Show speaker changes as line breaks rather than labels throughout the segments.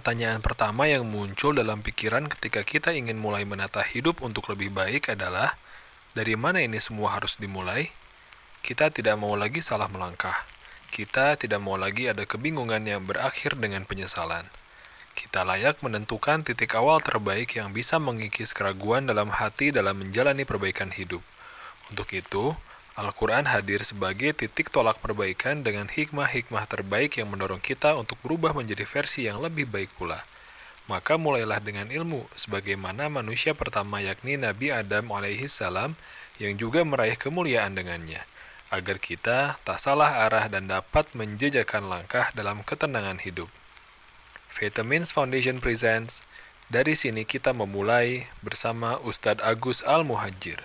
Pertanyaan pertama yang muncul dalam pikiran ketika kita ingin mulai menata hidup untuk lebih baik adalah, dari mana ini semua harus dimulai? Kita tidak mau lagi salah melangkah. Kita tidak mau lagi ada kebingungan yang berakhir dengan penyesalan. Kita layak menentukan titik awal terbaik yang bisa mengikis keraguan dalam hati dalam menjalani perbaikan hidup. Untuk itu, Al-Quran hadir sebagai titik tolak perbaikan dengan hikmah-hikmah terbaik yang mendorong kita untuk berubah menjadi versi yang lebih baik pula. Maka mulailah dengan ilmu, sebagaimana manusia pertama yakni Nabi Adam alaihissalam yang juga meraih kemuliaan dengannya, agar kita tak salah arah dan dapat menjejakkan langkah dalam ketenangan hidup. Vitamins Foundation presents, dari sini kita memulai bersama Ustadz Agus Al-Muhajir.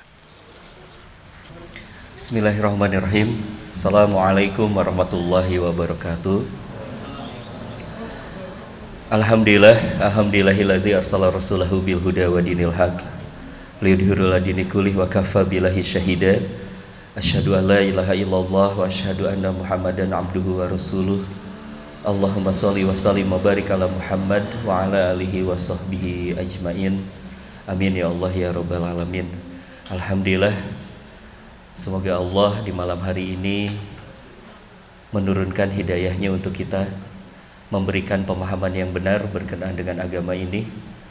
Bismillahirrahmanirrahim. Assalamualaikum warahmatullahi wabarakatuh. Alhamdulillahilladzi arsala rasulahu bil huda wa dinil haq liyudhhirahu 'ala dini kullih wa kafa billahi syahida. Asyhadu an la ilaha illallah wa asyhadu anna Muhammadan abduhu wa rasuluh. Allahumma shalli wa sallim wa barik ala Muhammad wa ala alihi wa sahbihi ajmain. Amin ya Allah ya rabbal alamin. Alhamdulillah, semoga Allah di malam hari ini menurunkan hidayahnya untuk kita, memberikan pemahaman yang benar berkenaan dengan agama ini.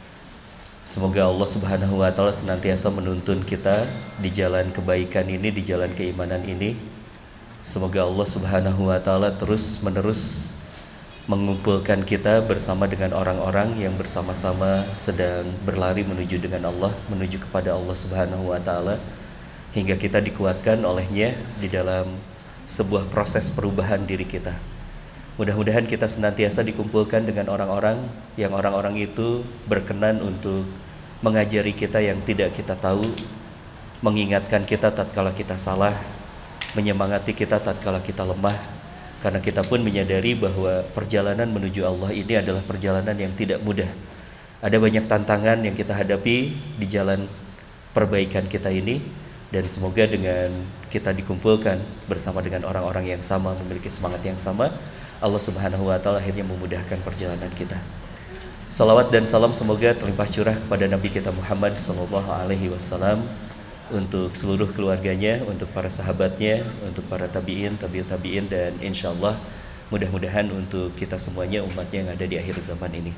Semoga Allah Subhanahu wa Ta'ala senantiasa menuntun kita di jalan kebaikan ini, di jalan keimanan ini. Semoga Allah Subhanahu wa Ta'ala terus menerus mengumpulkan kita bersama dengan orang-orang yang bersama-sama sedang berlari menuju dengan Allah, menuju kepada Allah Subhanahu wa Ta'ala, hingga kita dikuatkan olehnya di dalam sebuah proses perubahan diri kita. Mudah-mudahan kita senantiasa dikumpulkan dengan orang-orang itu berkenan untuk mengajari kita yang tidak kita tahu, mengingatkan kita tatkala kita salah, menyemangati kita tatkala kita lemah, karena kita pun menyadari bahwa perjalanan menuju Allah ini adalah perjalanan yang tidak mudah. Ada banyak tantangan yang kita hadapi di jalan perbaikan kita ini, dan semoga dengan kita dikumpulkan bersama dengan orang-orang yang sama, memiliki semangat yang sama, Allah Subhanahu wa Ta'ala akhirnya memudahkan perjalanan kita. Salawat dan salam semoga terlimpah curah kepada Nabi kita Muhammad sallallahu alaihi wasallam, untuk seluruh keluarganya, untuk para sahabatnya, untuk para tabi'in, tabi'in, dan insyaallah mudah-mudahan untuk kita semuanya, umatnya yang ada di akhir zaman ini.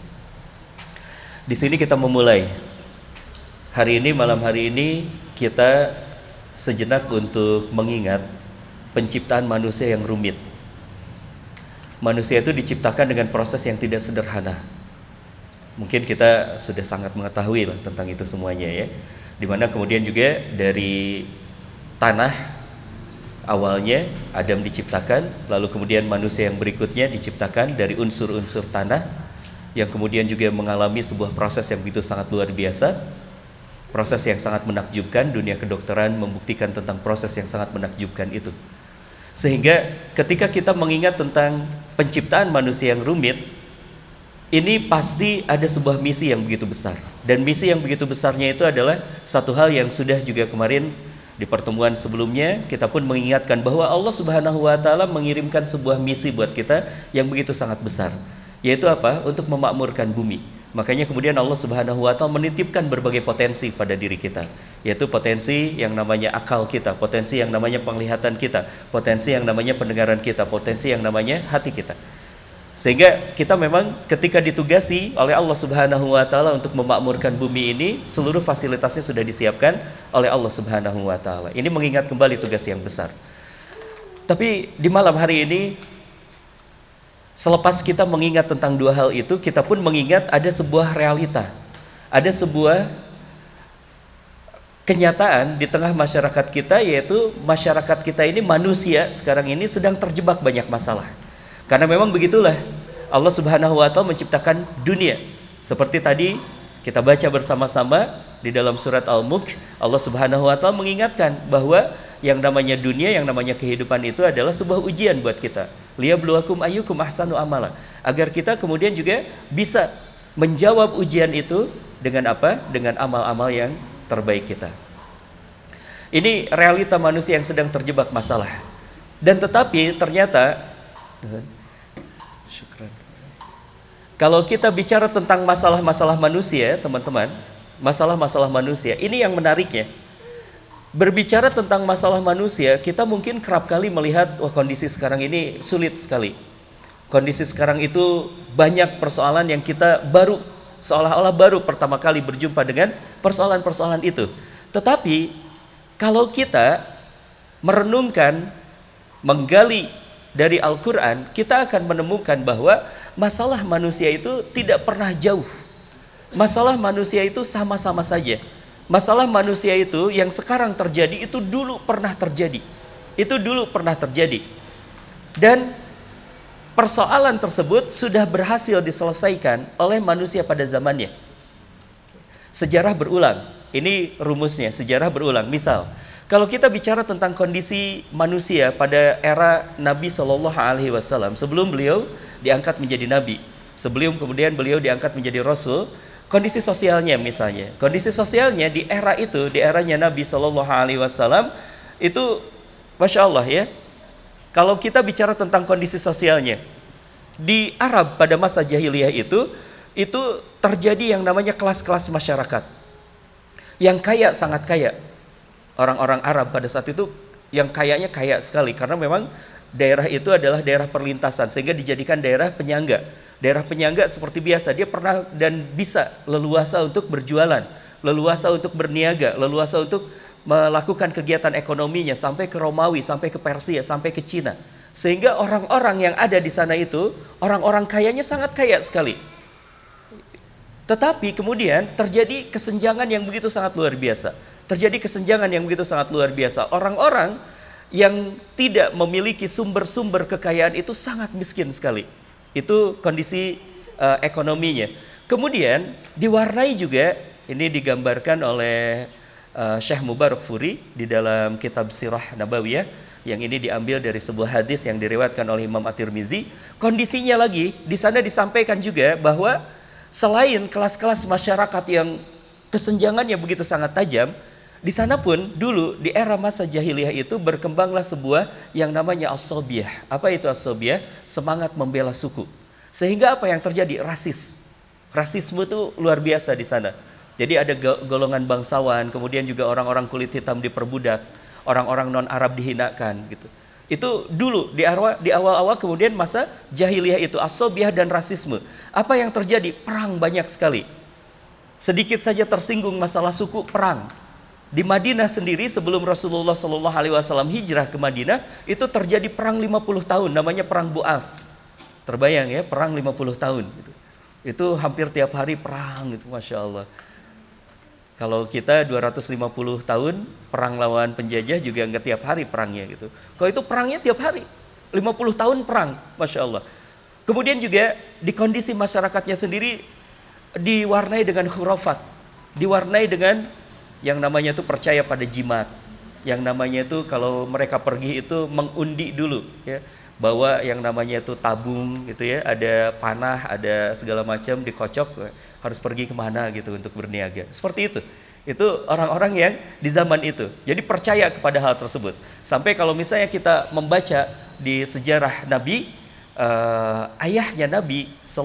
Di sini kita memulai hari ini, malam hari ini kita sejenak untuk mengingat penciptaan manusia yang rumit. Manusia itu diciptakan dengan proses yang tidak sederhana. Mungkin kita sudah sangat mengetahui lah tentang itu semuanya ya. Dimana kemudian juga dari tanah awalnya Adam diciptakan, lalu kemudian manusia yang berikutnya diciptakan dari unsur-unsur tanah, yang kemudian juga mengalami sebuah proses yang begitu sangat luar biasa. Proses yang sangat menakjubkan. Dunia kedokteran membuktikan tentang proses yang sangat menakjubkan itu. Sehingga ketika kita mengingat tentang penciptaan manusia yang rumit, ini pasti ada sebuah misi yang begitu besar. Dan misi yang begitu besarnya itu adalah satu hal yang sudah juga kemarin di pertemuan sebelumnya kita pun mengingatkan bahwa Allah Subhanahu wa Ta'ala mengirimkan sebuah misi buat kita yang begitu sangat besar. Yaitu apa? Untuk memakmurkan bumi. Makanya kemudian Allah Subhanahu wa Ta'ala menitipkan berbagai potensi pada diri kita, yaitu potensi yang namanya akal kita, potensi yang namanya penglihatan kita, potensi yang namanya pendengaran kita, potensi yang namanya hati kita. Sehingga kita memang ketika ditugasi oleh Allah Subhanahu wa Ta'ala untuk memakmurkan bumi ini, seluruh fasilitasnya sudah disiapkan oleh Allah Subhanahu wa Ta'ala. Ini mengingat kembali tugas yang besar. Tapi di malam hari ini, selepas kita mengingat tentang dua hal itu, kita pun mengingat ada sebuah realita, ada sebuah kenyataan di tengah masyarakat kita, yaitu masyarakat kita ini, manusia sekarang ini sedang terjebak banyak masalah. Karena memang begitulah Allah Subhanahu wa Ta'ala menciptakan dunia. Seperti tadi kita baca bersama-sama di dalam surat Al-Mulk, Allah Subhanahu wa Ta'ala mengingatkan bahwa yang namanya dunia, yang namanya kehidupan itu adalah sebuah ujian buat kita. Liyabluwakum ayyukum ahsanu amala. Agar kita kemudian juga bisa menjawab ujian itu dengan apa? Dengan amal-amal yang terbaik kita. Ini realita manusia yang sedang terjebak masalah. Dan tetapi ternyata Kalau kita bicara tentang masalah-masalah manusia, teman-teman, masalah-masalah manusia, ini yang menariknya. Berbicara tentang masalah manusia, kita mungkin kerap kali melihat, wah kondisi sekarang ini sulit sekali. Kondisi sekarang itu banyak persoalan yang kita baru, seolah-olah baru pertama kali berjumpa dengan persoalan-persoalan itu. Tetapi kalau kita merenungkan, menggali dari Al-Quran, kita akan menemukan bahwa masalah manusia itu tidak pernah jauh. Masalah manusia itu sama-sama saja. Masalah manusia itu yang sekarang terjadi itu dulu pernah terjadi. Itu dulu pernah terjadi. Dan persoalan tersebut sudah berhasil diselesaikan oleh manusia pada zamannya. Sejarah berulang. Ini rumusnya, sejarah berulang. Misal, kalau kita bicara tentang kondisi manusia pada era Nabi SAW, sebelum beliau diangkat menjadi Nabi, sebelum kemudian beliau diangkat menjadi Rasul, kondisi sosialnya misalnya, kondisi sosialnya di era itu, di eranya Nabi SAW, itu Masya Allah ya, kalau kita bicara tentang kondisi sosialnya, di Arab pada masa jahiliyah itu terjadi yang namanya kelas-kelas masyarakat, yang kaya sangat kaya. Orang-orang Arab pada saat itu yang kayaknya kaya sekali karena memang daerah itu adalah daerah perlintasan sehingga dijadikan daerah penyangga. Daerah penyangga seperti biasa, dia pernah dan bisa leluasa untuk berjualan, leluasa untuk berniaga, leluasa untuk melakukan kegiatan ekonominya sampai ke Romawi, sampai ke Persia, sampai ke Cina. Sehingga orang-orang yang ada di sana itu, orang-orang kayanya sangat kaya sekali. Tetapi kemudian terjadi kesenjangan yang begitu sangat luar biasa. Terjadi kesenjangan yang begitu sangat luar biasa. Orang-orang yang tidak memiliki sumber-sumber kekayaan itu sangat miskin sekali. Itu kondisi ekonominya. Kemudian diwarnai juga, ini digambarkan oleh Syekh Mubarakfuri di dalam kitab Sirah Nabawiyah, yang ini diambil dari sebuah hadis yang diriwayatkan oleh Imam At-Tirmizi. Kondisinya lagi di sana disampaikan juga bahwa selain kelas-kelas masyarakat yang kesenjangannya begitu sangat tajam, di sana pun dulu di era masa jahiliyah itu berkembanglah sebuah yang namanya as-sobiyah. Apa itu as-sobiyah? Semangat membela suku. Sehingga apa yang terjadi? Rasisme itu luar biasa di sana. Jadi ada golongan bangsawan, kemudian juga orang-orang kulit hitam diperbudak, orang-orang non-Arab dihinakan gitu. Itu dulu di awal-awal kemudian masa jahiliyah itu as-sobiyah dan rasisme. Apa yang terjadi? Perang banyak sekali. Sedikit saja tersinggung masalah suku, perang. Di Madinah sendiri sebelum Rasulullah SAW hijrah ke Madinah, itu terjadi perang 50 tahun, namanya perang Bu'ath. Terbayang ya, perang 50 tahun gitu. Itu hampir tiap hari perang gitu, Masya Allah. Kalau kita 250 tahun perang lawan penjajah juga enggak tiap hari perangnya gitu. Kalau itu perangnya tiap hari, 50 tahun perang, Masya Allah. Kemudian juga di kondisi masyarakatnya sendiri diwarnai dengan khurafat, diwarnai dengan yang namanya itu percaya pada jimat, yang namanya itu kalau mereka pergi itu mengundi dulu ya, bahwa yang namanya itu tabung gitu ya, ada panah, ada segala macam dikocok, harus pergi kemana gitu untuk berniaga. Seperti itu orang-orang yang di zaman itu jadi percaya kepada hal tersebut. Sampai kalau misalnya kita membaca di sejarah Nabi, ayahnya Nabi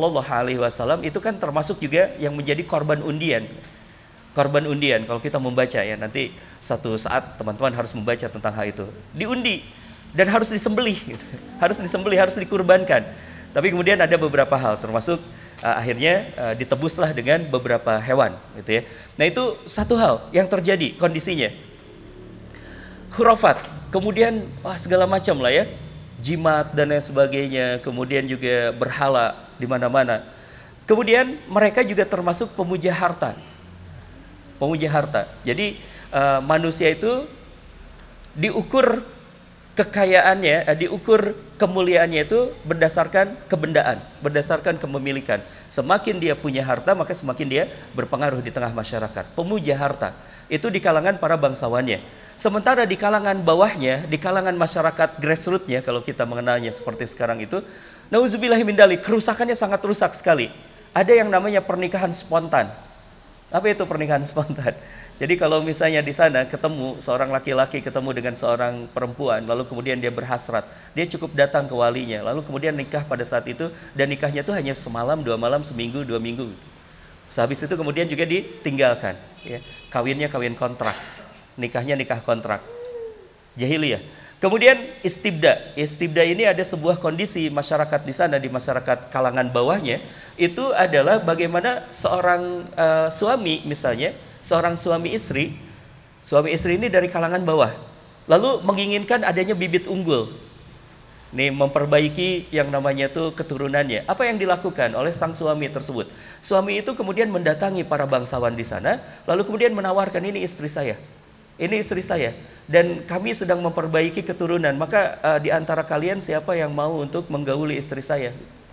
SAW itu kan termasuk juga yang menjadi korban undian. Korban undian, kalau kita membaca ya, nanti satu saat teman-teman harus membaca tentang hal itu. Diundi dan harus disembelih, gitu. Harus disembelih, harus dikurbankan. Tapi kemudian ada beberapa hal, termasuk akhirnya ditebuslah dengan beberapa hewan, gitu ya. Nah itu satu hal yang terjadi kondisinya. Khurafat, kemudian segala macam lah ya, jimat dan lain sebagainya, kemudian juga berhala di mana-mana. Kemudian mereka juga termasuk pemuja harta. Pemuja harta. Jadi manusia itu diukur kekayaannya, diukur kemuliaannya itu berdasarkan kebendaan, berdasarkan kepemilikan. Semakin dia punya harta, maka semakin dia berpengaruh di tengah masyarakat. Pemuja harta itu di kalangan para bangsawannya. Sementara di kalangan bawahnya, di kalangan masyarakat grassrootsnya, kalau kita mengenalnya seperti sekarang itu, nauzubillahi min dzalik, kerusakannya sangat rusak sekali. Ada yang namanya pernikahan spontan. Apa itu pernikahan spontan? Jadi kalau misalnya di sana ketemu seorang laki-laki ketemu dengan seorang perempuan, lalu kemudian dia berhasrat, dia cukup datang ke walinya, lalu kemudian nikah pada saat itu, dan nikahnya itu hanya semalam, 2 malam, seminggu, 2 minggu gitu. Sehabis itu kemudian juga ditinggalkan, ya. Kawinnya kawin kontrak, nikahnya nikah kontrak, jahiliyah. Kemudian istibda. Istibda ini ada sebuah kondisi masyarakat di sana, di masyarakat kalangan bawahnya, itu adalah bagaimana seorang suami misalnya, seorang suami istri ini dari kalangan bawah, lalu menginginkan adanya bibit unggul. Nih, memperbaiki yang namanya tuh keturunannya. Apa yang dilakukan oleh sang suami tersebut? Suami itu kemudian mendatangi para bangsawan di sana, lalu kemudian menawarkan, ini istri saya, ini istri saya, dan kami sedang memperbaiki keturunan. Maka di antara kalian siapa yang mau untuk menggauli istri saya?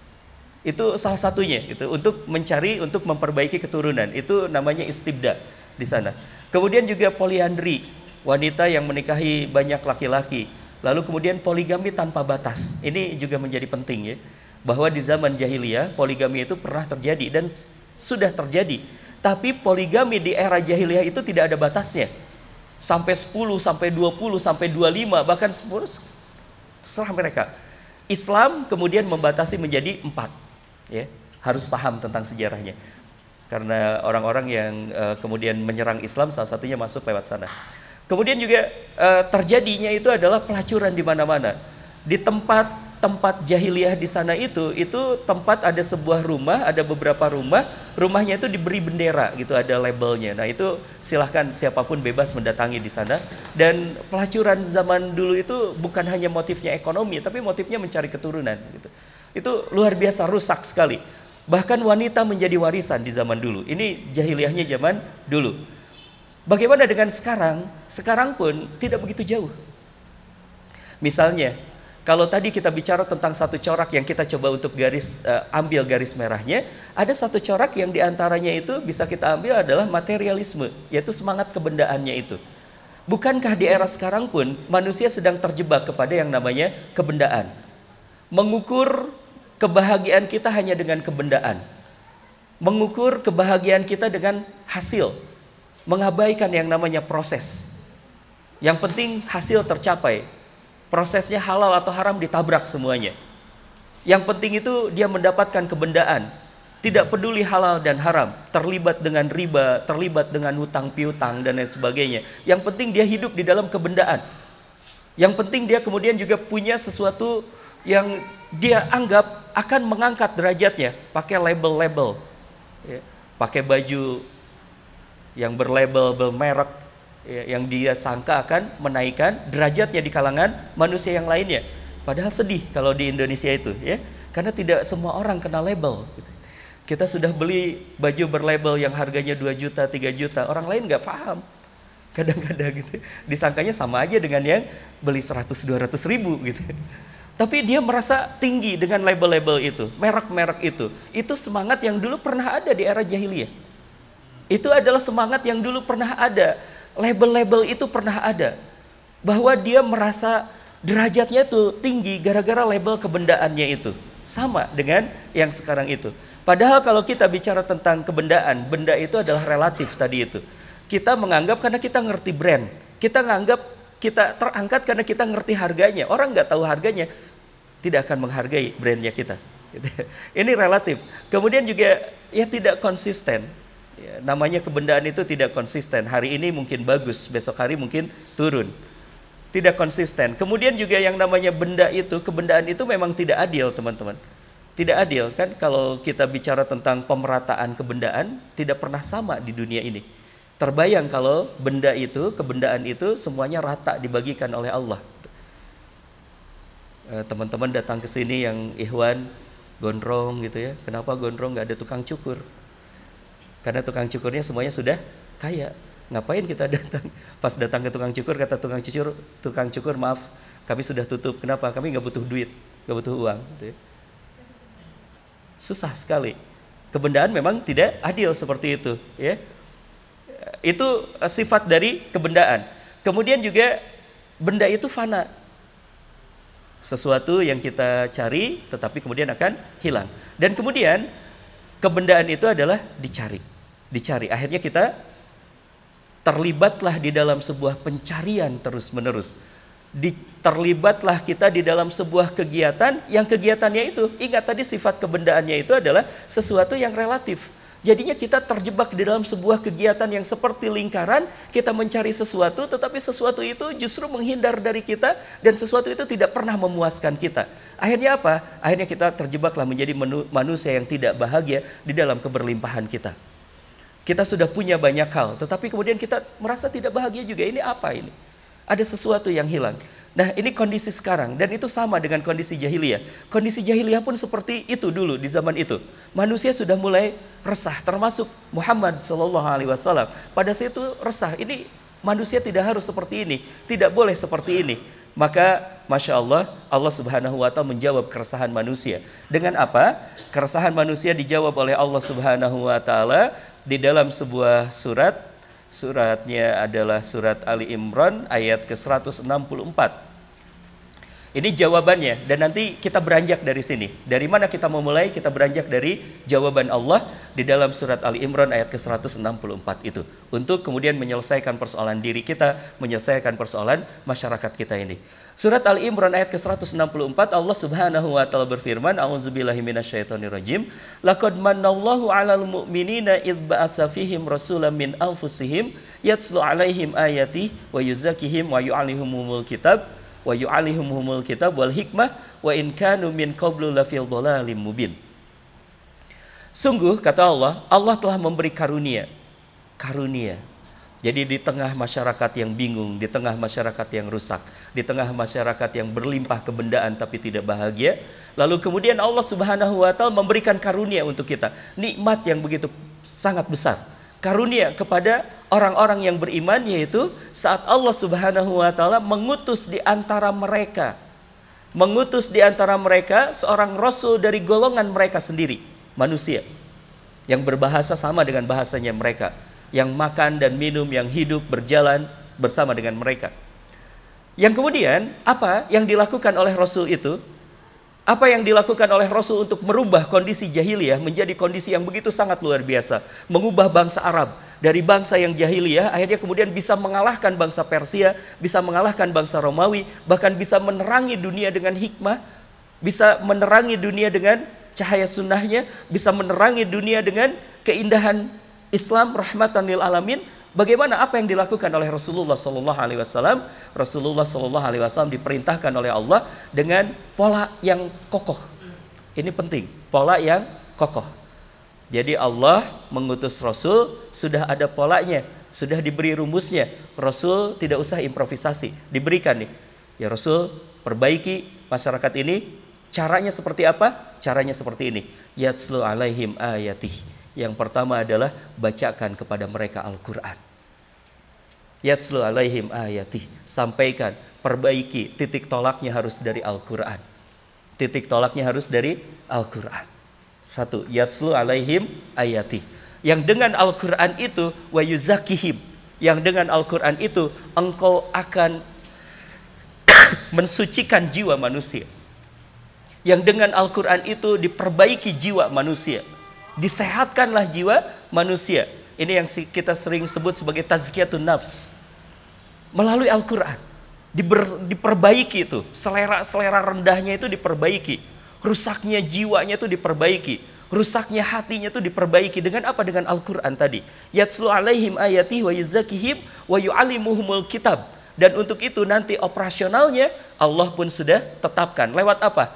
Itu salah satunya, itu untuk mencari, untuk memperbaiki keturunan. Itu namanya istibda di sana. Kemudian juga poliandri, wanita yang menikahi banyak laki-laki. Lalu kemudian poligami tanpa batas. Ini juga menjadi penting, ya, bahwa di zaman jahiliyah poligami itu pernah terjadi dan sudah terjadi. Tapi poligami di era jahiliyah itu tidak ada batasnya. Sampai 10, sampai 20, sampai 25, bahkan 10, terserah mereka. Islam kemudian membatasi menjadi 4. Ya, harus paham tentang sejarahnya. Karena orang-orang yang kemudian menyerang Islam salah satunya masuk lewat sana. Kemudian juga terjadinya itu adalah pelacuran di mana-mana. Di tempat jahiliyah di sana itu tempat ada sebuah rumah, ada beberapa rumah, rumahnya itu diberi bendera gitu, ada labelnya. Nah, itu silahkan siapapun bebas mendatangi di sana. Dan pelacuran zaman dulu itu bukan hanya motifnya ekonomi, tapi motifnya mencari keturunan gitu. Itu luar biasa rusak sekali. Bahkan wanita menjadi warisan di zaman dulu. Ini jahiliyahnya zaman dulu. Bagaimana dengan sekarang? Sekarang pun tidak begitu jauh. Misalnya, kalau tadi kita bicara tentang satu corak yang kita coba untuk ambil garis merahnya, ada satu corak yang diantaranya itu bisa kita ambil adalah materialisme, yaitu semangat kebendaannya itu. Bukankah di era sekarang pun manusia sedang terjebak kepada yang namanya kebendaan? Mengukur kebahagiaan kita hanya dengan kebendaan. Mengukur kebahagiaan kita dengan hasil. Mengabaikan yang namanya proses. Yang penting hasil tercapai. Prosesnya halal atau haram ditabrak semuanya. Yang penting itu dia mendapatkan kebendaan. Tidak peduli halal dan haram. Terlibat dengan riba, terlibat dengan hutang piutang dan lain sebagainya. Yang penting dia hidup di dalam kebendaan. Yang penting dia kemudian juga punya sesuatu yang dia anggap akan mengangkat derajatnya. Pakai label-label, ya, pakai baju yang berlabel, bermerek, ya, yang dia sangka akan menaikkan derajatnya di kalangan manusia yang lainnya. Padahal sedih kalau di Indonesia itu, ya, karena tidak semua orang kena label gitu. Kita sudah beli baju berlabel yang harganya 2 juta, 3 juta, orang lain nggak paham. Kadang-kadang gitu, disangkanya sama aja dengan yang beli 100-200 ribu gitu. Tapi dia merasa tinggi dengan label-label itu, merek-merek itu. Itu semangat yang dulu pernah ada di era jahiliyah. Itu adalah semangat yang dulu pernah ada. Label-label itu pernah ada. Bahwa dia merasa derajatnya itu tinggi gara-gara label kebendaannya itu. Sama dengan yang sekarang itu. Padahal kalau kita bicara tentang kebendaan, benda itu adalah relatif tadi itu. Kita menganggap karena kita ngerti brand. Kita menganggap kita terangkat karena kita ngerti harganya. Orang nggak tahu harganya, tidak akan menghargai brandnya kita. Ini relatif. Kemudian juga ya tidak konsisten. Ya, namanya kebendaan itu tidak konsisten. Hari ini mungkin bagus, besok hari mungkin turun. Tidak konsisten. Kemudian juga yang namanya benda itu, kebendaan itu memang tidak adil, teman-teman. Tidak adil kan, kalau kita bicara tentang pemerataan kebendaan, tidak pernah sama di dunia ini. Terbayang kalau benda itu, kebendaan itu semuanya rata dibagikan oleh Allah. Teman-teman datang ke sini yang ikhwan gondrong gitu ya. Kenapa gondrong? Nggak ada tukang cukur. Karena tukang cukurnya semuanya sudah kaya. Ngapain kita datang? Pas datang ke tukang cukur, kata tukang cukur maaf, kami sudah tutup. Kenapa? Kami nggak butuh duit, nggak butuh uang. Gitu ya. Susah sekali. Kebendaan memang tidak adil seperti itu. Ya. Itu sifat dari kebendaan. Kemudian juga benda itu fana. Sesuatu yang kita cari, tetapi kemudian akan hilang. Dan kemudian kebendaan itu adalah dicari. Akhirnya kita terlibatlah di dalam sebuah pencarian terus-menerus. Terlibatlah kita di dalam sebuah kegiatan yang kegiatannya itu, ingat tadi sifat kebendaannya itu adalah sesuatu yang relatif. Jadinya kita terjebak di dalam sebuah kegiatan yang seperti lingkaran, kita mencari sesuatu, tetapi sesuatu itu justru menghindar dari kita, dan sesuatu itu tidak pernah memuaskan kita. Akhirnya apa? Akhirnya kita terjebaklah menjadi manusia yang tidak bahagia di dalam keberlimpahan kita. Kita sudah punya banyak hal, tetapi kemudian kita merasa tidak bahagia juga. Ini apa ini? Ada sesuatu yang hilang. Nah, ini kondisi sekarang, dan itu sama dengan kondisi jahiliyah. Kondisi jahiliyah pun seperti itu dulu di zaman itu. Manusia sudah mulai resah, termasuk Muhammad SAW. Pada saat itu resah, ini manusia tidak harus seperti ini, tidak boleh seperti ini. Maka Masya Allah, Allah Subhanahu wa Ta'ala menjawab keresahan manusia. Dengan apa? Keresahan manusia dijawab oleh Allah Subhanahu wa Ta'ala di dalam sebuah surat. Suratnya adalah surat Ali Imran ayat ke-164. Ini jawabannya, dan nanti kita beranjak dari sini. Dari mana kita mau mulai? Kita beranjak dari jawaban Allah di dalam surat Ali Imran ayat ke-164 itu. Untuk kemudian menyelesaikan persoalan diri kita, menyelesaikan persoalan masyarakat kita ini. Surat Ali Imran ayat ke-164, Allah Subhanahu wa Ta'ala berfirman, A'udzubillahi minasyaitonirrajim, laqad mannallahu 'alal mu'minina idz ba'atsa fihim rasulan min anfusihim yatslu 'alaihim ayatihi wa yuzakkihim wa yu'allimuhumul kitab wal hikmah wa in kanu min qablu lafil dhalalim mubin. Sungguh kata Allah, Allah telah memberi karunia. Jadi di tengah masyarakat yang bingung, di tengah masyarakat yang rusak, di tengah masyarakat yang berlimpah kebendaan tapi tidak bahagia, lalu kemudian Allah Subhanahu wa Ta'ala memberikan karunia untuk kita, nikmat yang begitu sangat besar. Karunia kepada orang-orang yang beriman, yaitu saat Allah Subhanahu wa Ta'ala mengutus di antara mereka seorang rasul dari golongan mereka sendiri, manusia yang berbahasa sama dengan bahasanya mereka, yang makan dan minum, yang hidup berjalan bersama dengan mereka. Yang kemudian apa yang dilakukan oleh rasul itu? Apa yang dilakukan oleh Rasul untuk merubah kondisi jahiliyah menjadi kondisi yang begitu sangat luar biasa, mengubah bangsa Arab dari bangsa yang jahiliyah akhirnya kemudian bisa mengalahkan bangsa Persia, bisa mengalahkan bangsa Romawi, bahkan bisa menerangi dunia dengan hikmah, bisa menerangi dunia dengan cahaya sunnahnya, bisa menerangi dunia dengan keindahan Islam rahmatan lil alamin. Bagaimana apa yang dilakukan oleh Rasulullah Sallallahu Alaihi Wasallam? Rasulullah Sallallahu Alaihi Wasallam diperintahkan oleh Allah dengan pola yang kokoh. Ini penting, pola yang kokoh. Jadi Allah mengutus Rasul, sudah ada polanya, sudah diberi rumusnya. Rasul tidak usah improvisasi, diberikan nih. Ya Rasul, perbaiki masyarakat ini. Caranya seperti apa? Caranya seperti ini. Yatslu alaihim ayatih. Yang pertama adalah bacakan kepada mereka Al-Quran. Yatslu alaihim ayatih. Sampaikan, perbaiki. Titik tolaknya harus dari Al-Quran. Titik tolaknya harus dari Al-Quran. Satu, yatslu alaihim ayatih. Yang dengan Al-Quran itu wa yuzakihim. Yang dengan Al-Quran itu engkau akan mensucikan jiwa manusia. Yang dengan Al-Quran itu diperbaiki jiwa manusia. Disehatkanlah jiwa manusia. Ini yang kita sering sebut sebagai tazkiyatun nafs. Melalui Al-Quran diperbaiki itu. Selera rendahnya itu diperbaiki. Rusaknya jiwanya itu diperbaiki. Rusaknya hatinya itu diperbaiki. Dengan apa? Dengan Al-Quran tadi. Yatslu alaihim ayatihi wa yuzakihim wa yu'allimuhumul kitab. Dan untuk itu nanti operasionalnya Allah pun sudah tetapkan. Lewat apa?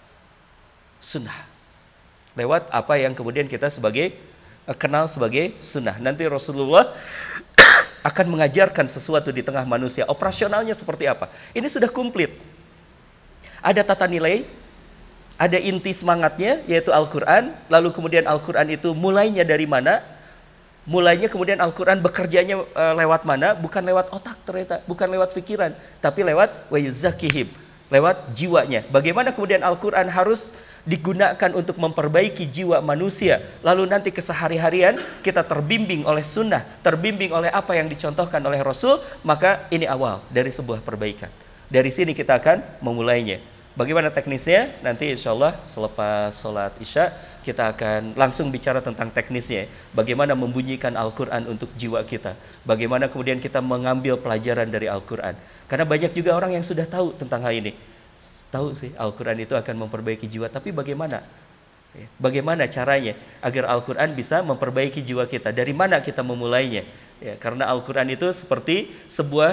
Sunnah. Lewat apa yang kemudian kita kenal sebagai sunnah. Nanti Rasulullah akan mengajarkan sesuatu di tengah manusia. Operasionalnya seperti apa? Ini sudah komplit. Ada tata nilai, ada inti semangatnya, yaitu Al-Quran. Lalu kemudian Al-Quran itu mulainya dari mana? Mulainya kemudian Al-Quran bekerjanya lewat mana? Bukan lewat otak ternyata, bukan lewat pikiran, tapi lewat wa yuzakihim, lewat jiwanya. Bagaimana kemudian Al-Quran harus digunakan untuk memperbaiki jiwa manusia. Lalu nanti kesehari-harian kita terbimbing oleh sunnah, terbimbing oleh apa yang dicontohkan oleh Rasul. Maka ini awal dari sebuah perbaikan. Dari sini kita akan memulainya. Bagaimana teknisnya? Nanti insya Allah selepas sholat isya kita akan langsung bicara tentang teknisnya. Bagaimana membunyikan Al-Quran untuk jiwa kita. Bagaimana kemudian kita mengambil pelajaran dari Al-Quran. Karena banyak juga orang yang sudah tahu tentang hal ini. Tahu sih Al-Quran itu akan memperbaiki jiwa. Tapi bagaimana? Bagaimana caranya agar Al-Quran bisa memperbaiki jiwa kita? Dari mana kita memulainya? Ya, karena Al-Quran itu seperti sebuah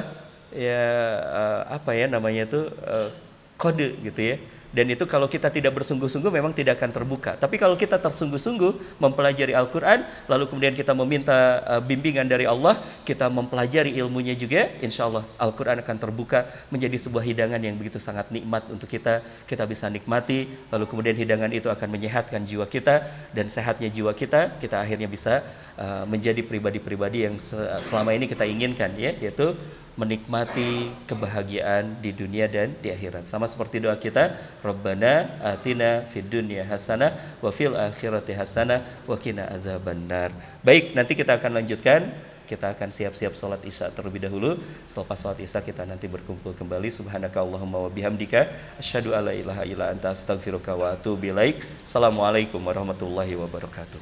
kode gitu ya. Dan itu kalau kita tidak bersungguh-sungguh memang tidak akan terbuka. Tapi kalau kita tersungguh-sungguh mempelajari Al-Quran, lalu kemudian kita meminta bimbingan dari Allah, kita mempelajari ilmunya juga, insya Allah Al-Quran akan terbuka menjadi sebuah hidangan yang begitu sangat nikmat untuk kita. Kita bisa nikmati, lalu kemudian hidangan itu akan menyehatkan jiwa kita, dan sehatnya jiwa kita, kita akhirnya bisa menjadi pribadi-pribadi yang selama ini kita inginkan, ya, yaitu menikmati kebahagiaan di dunia dan di akhirat. Sama seperti doa kita, Rabbana atina fid dunya hasanah wa fil akhirati hasanah wa qina azabannar. Baik, nanti kita akan lanjutkan. Kita akan siap-siap sholat isya terlebih dahulu. Selepas sholat isya kita nanti berkumpul kembali. Subhanaka Allahumma wa bihamdika asyhadu alla ilaha illa anta astaghfiruka wa atubu ilaik. Assalamualaikum warahmatullahi wabarakatuh.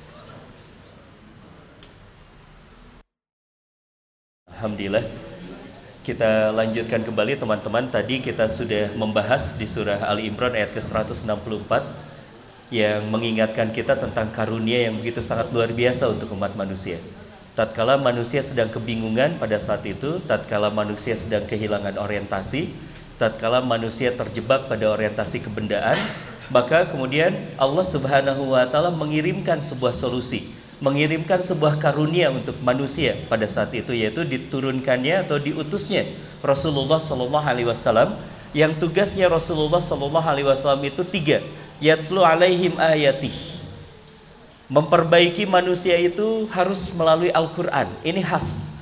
Alhamdulillah. Kita lanjutkan kembali teman-teman. Tadi kita sudah membahas di surah Ali Imran ayat ke-164 yang mengingatkan kita tentang karunia yang begitu sangat luar biasa untuk umat manusia. Tatkala manusia sedang kebingungan pada saat itu, tatkala manusia sedang kehilangan orientasi, tatkala manusia terjebak pada orientasi kebendaan, maka kemudian Allah Subhanahu wa taala mengirimkan sebuah solusi, mengirimkan sebuah karunia untuk manusia pada saat itu, yaitu diturunkannya atau diutusnya Rasulullah Sallallahu Alaihi Wasallam, yang tugasnya Rasulullah Sallallahu Alaihi Wasallam itu 3, yatslu alaihim ayatih, memperbaiki manusia itu harus melalui Al-Quran. Ini khas,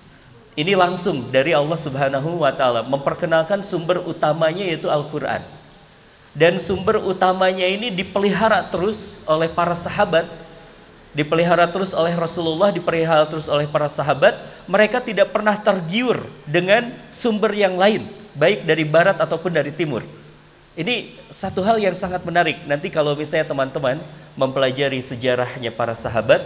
ini langsung dari Allah Subhanahu wa taala, memperkenalkan sumber utamanya yaitu Al-Quran, dan sumber utamanya ini dipelihara terus oleh para sahabat, dipelihara terus oleh Rasulullah, dipelihara terus oleh para sahabat. Mereka tidak pernah tergiur dengan sumber yang lain, baik dari barat ataupun dari timur. Ini satu hal yang sangat menarik. Nanti kalau misalnya teman-teman mempelajari sejarahnya para sahabat,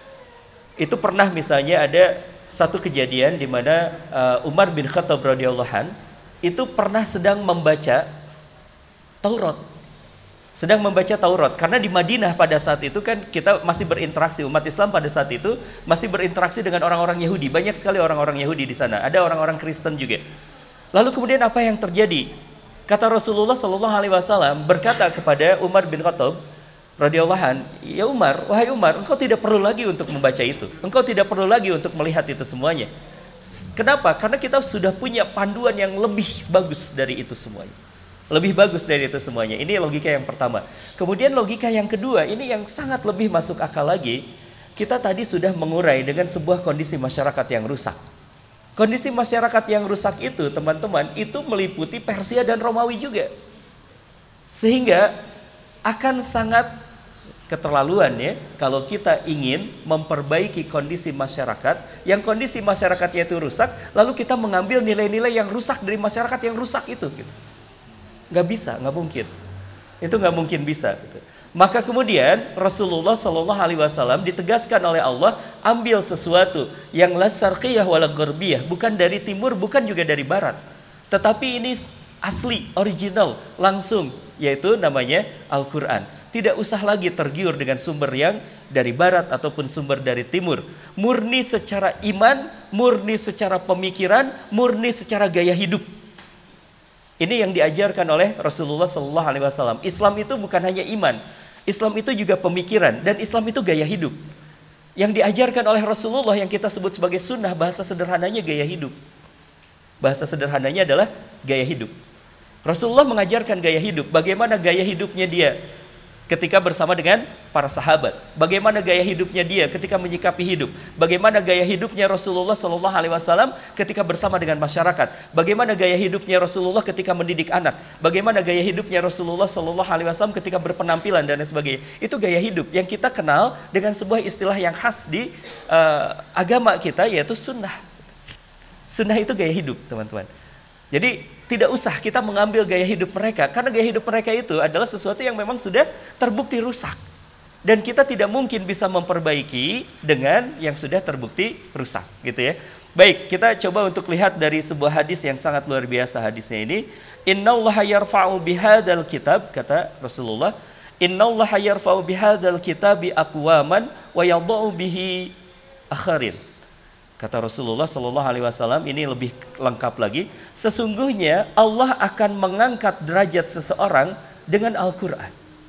itu pernah misalnya ada satu kejadian di mana Umar bin Khattab radhiyallahu an itu pernah sedang membaca Taurat. Sedang membaca Taurat, karena di Madinah pada saat itu kan kita masih berinteraksi, umat Islam pada saat itu masih berinteraksi dengan orang-orang Yahudi. Banyak sekali orang-orang Yahudi di sana, ada orang-orang Kristen juga. Lalu kemudian apa yang terjadi? Kata Rasulullah Sallallahu Alaihi Wasallam berkata kepada Umar bin Khattab radhiyallahu an, ya Umar, wahai Umar, engkau tidak perlu lagi untuk membaca itu, engkau tidak perlu lagi untuk melihat itu semuanya. Kenapa? Karena kita sudah punya panduan yang lebih bagus dari itu semuanya. Lebih bagus dari itu semuanya. Ini logika yang pertama. Kemudian logika yang kedua, ini yang sangat lebih masuk akal lagi. Kita tadi sudah mengurai dengan sebuah kondisi masyarakat yang rusak. Kondisi masyarakat yang rusak itu, teman-teman, itu meliputi Persia dan Romawi juga. Sehingga akan sangat keterlaluan ya kalau kita ingin memperbaiki kondisi masyarakat yang kondisi masyarakatnya itu rusak, lalu kita mengambil nilai-nilai yang rusak dari masyarakat yang rusak itu gitu. Nggak bisa, nggak mungkin. Itu nggak mungkin bisa. Gitu. Maka kemudian Rasulullah Sallallahu Alaihi Wasallam ditegaskan oleh Allah, ambil sesuatu yang la syarqiyah wala gharbiyah, bukan dari timur, bukan juga dari barat, tetapi ini asli, original, langsung, yaitu namanya Al-Quran. Tidak usah lagi tergiur dengan sumber yang dari barat ataupun sumber dari timur. Murni secara iman, murni secara pemikiran, murni secara gaya hidup. Ini yang diajarkan oleh Rasulullah Sallallahu Alaihi Wasallam. Islam itu bukan hanya iman, Islam itu juga pemikiran, dan Islam itu gaya hidup. Yang diajarkan oleh Rasulullah yang kita sebut sebagai sunnah, bahasa sederhananya gaya hidup. Bahasa sederhananya adalah gaya hidup. Rasulullah mengajarkan gaya hidup. Bagaimana gaya hidupnya dia ketika bersama dengan para sahabat, bagaimana gaya hidupnya dia ketika menyikapi hidup, bagaimana gaya hidupnya Rasulullah Sallallahu Alaihi Wasallam ketika bersama dengan masyarakat, bagaimana gaya hidupnya Rasulullah ketika mendidik anak, bagaimana gaya hidupnya Rasulullah Sallallahu Alaihi Wasallam ketika berpenampilan dan sebagainya. Itu gaya hidup yang kita kenal dengan sebuah istilah yang khas di agama kita, yaitu sunnah. Sunnah itu gaya hidup, teman-teman. Jadi tidak usah kita mengambil gaya hidup mereka, karena gaya hidup mereka itu adalah sesuatu yang memang sudah terbukti rusak. Dan kita tidak mungkin bisa memperbaiki dengan yang sudah terbukti rusak, gitu ya. Baik, kita coba untuk lihat dari sebuah hadis yang sangat luar biasa hadisnya ini. Innallaha yarfa'u bihadzal kitab, kata Rasulullah, innallaha yarfa'u bihadzal kitabi aqwaman wa yadh'u bihi akharin. Kata Rasulullah sallallahu alaihi wasallam, ini lebih lengkap lagi, sesungguhnya Allah akan mengangkat derajat seseorang dengan Al-Qur'an.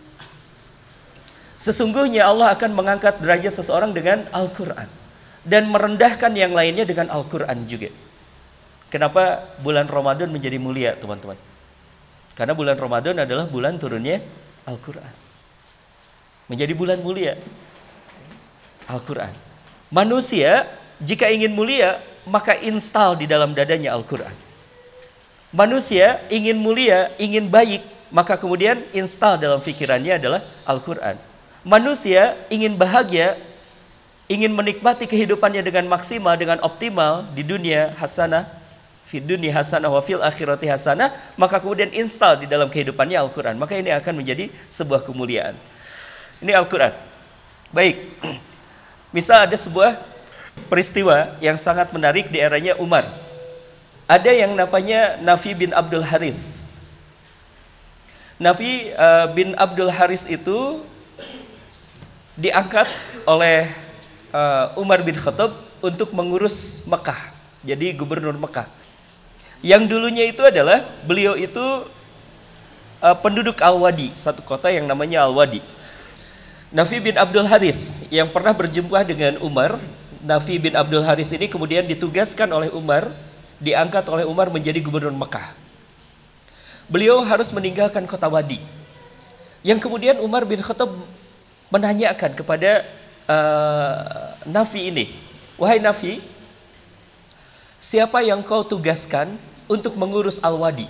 Sesungguhnya Allah akan mengangkat derajat seseorang dengan Al-Qur'an dan merendahkan yang lainnya dengan Al-Qur'an juga. Kenapa bulan Ramadan menjadi mulia, teman-teman? Karena bulan Ramadan adalah bulan turunnya Al-Qur'an. Menjadi bulan mulia Al-Qur'an. Manusia jika ingin mulia, maka install di dalam dadanya Al-Quran. Manusia ingin mulia, ingin baik, maka kemudian install dalam pikirannya adalah Al-Quran. Manusia ingin bahagia, ingin menikmati kehidupannya dengan maksimal, dengan optimal di dunia hasanah, fid dunya hasanah wa fil akhirati hasanah, maka kemudian install di dalam kehidupannya Al-Quran. Maka ini akan menjadi sebuah kemuliaan. Ini Al-Quran. Baik, misal ada sebuah peristiwa yang sangat menarik di eranya Umar. Ada yang namanya Nafi bin Abdul Haris. Nafi bin Abdul Haris itu diangkat oleh Umar bin Khattab untuk mengurus Mekah, jadi gubernur Mekah. Yang dulunya itu adalah beliau itu penduduk Al-Wadi, satu kota yang namanya Al-Wadi. Nafi bin Abdul Haris yang pernah berjumpa dengan Umar, Nafi bin Abdul Haris ini kemudian ditugaskan oleh Umar, diangkat oleh Umar menjadi gubernur Mekah. Beliau harus meninggalkan kota Wadi. Yang kemudian Umar bin Khattab menanyakan kepada Nafi ini, wahai Nafi, siapa yang kau tugaskan untuk mengurus Al-Wadi?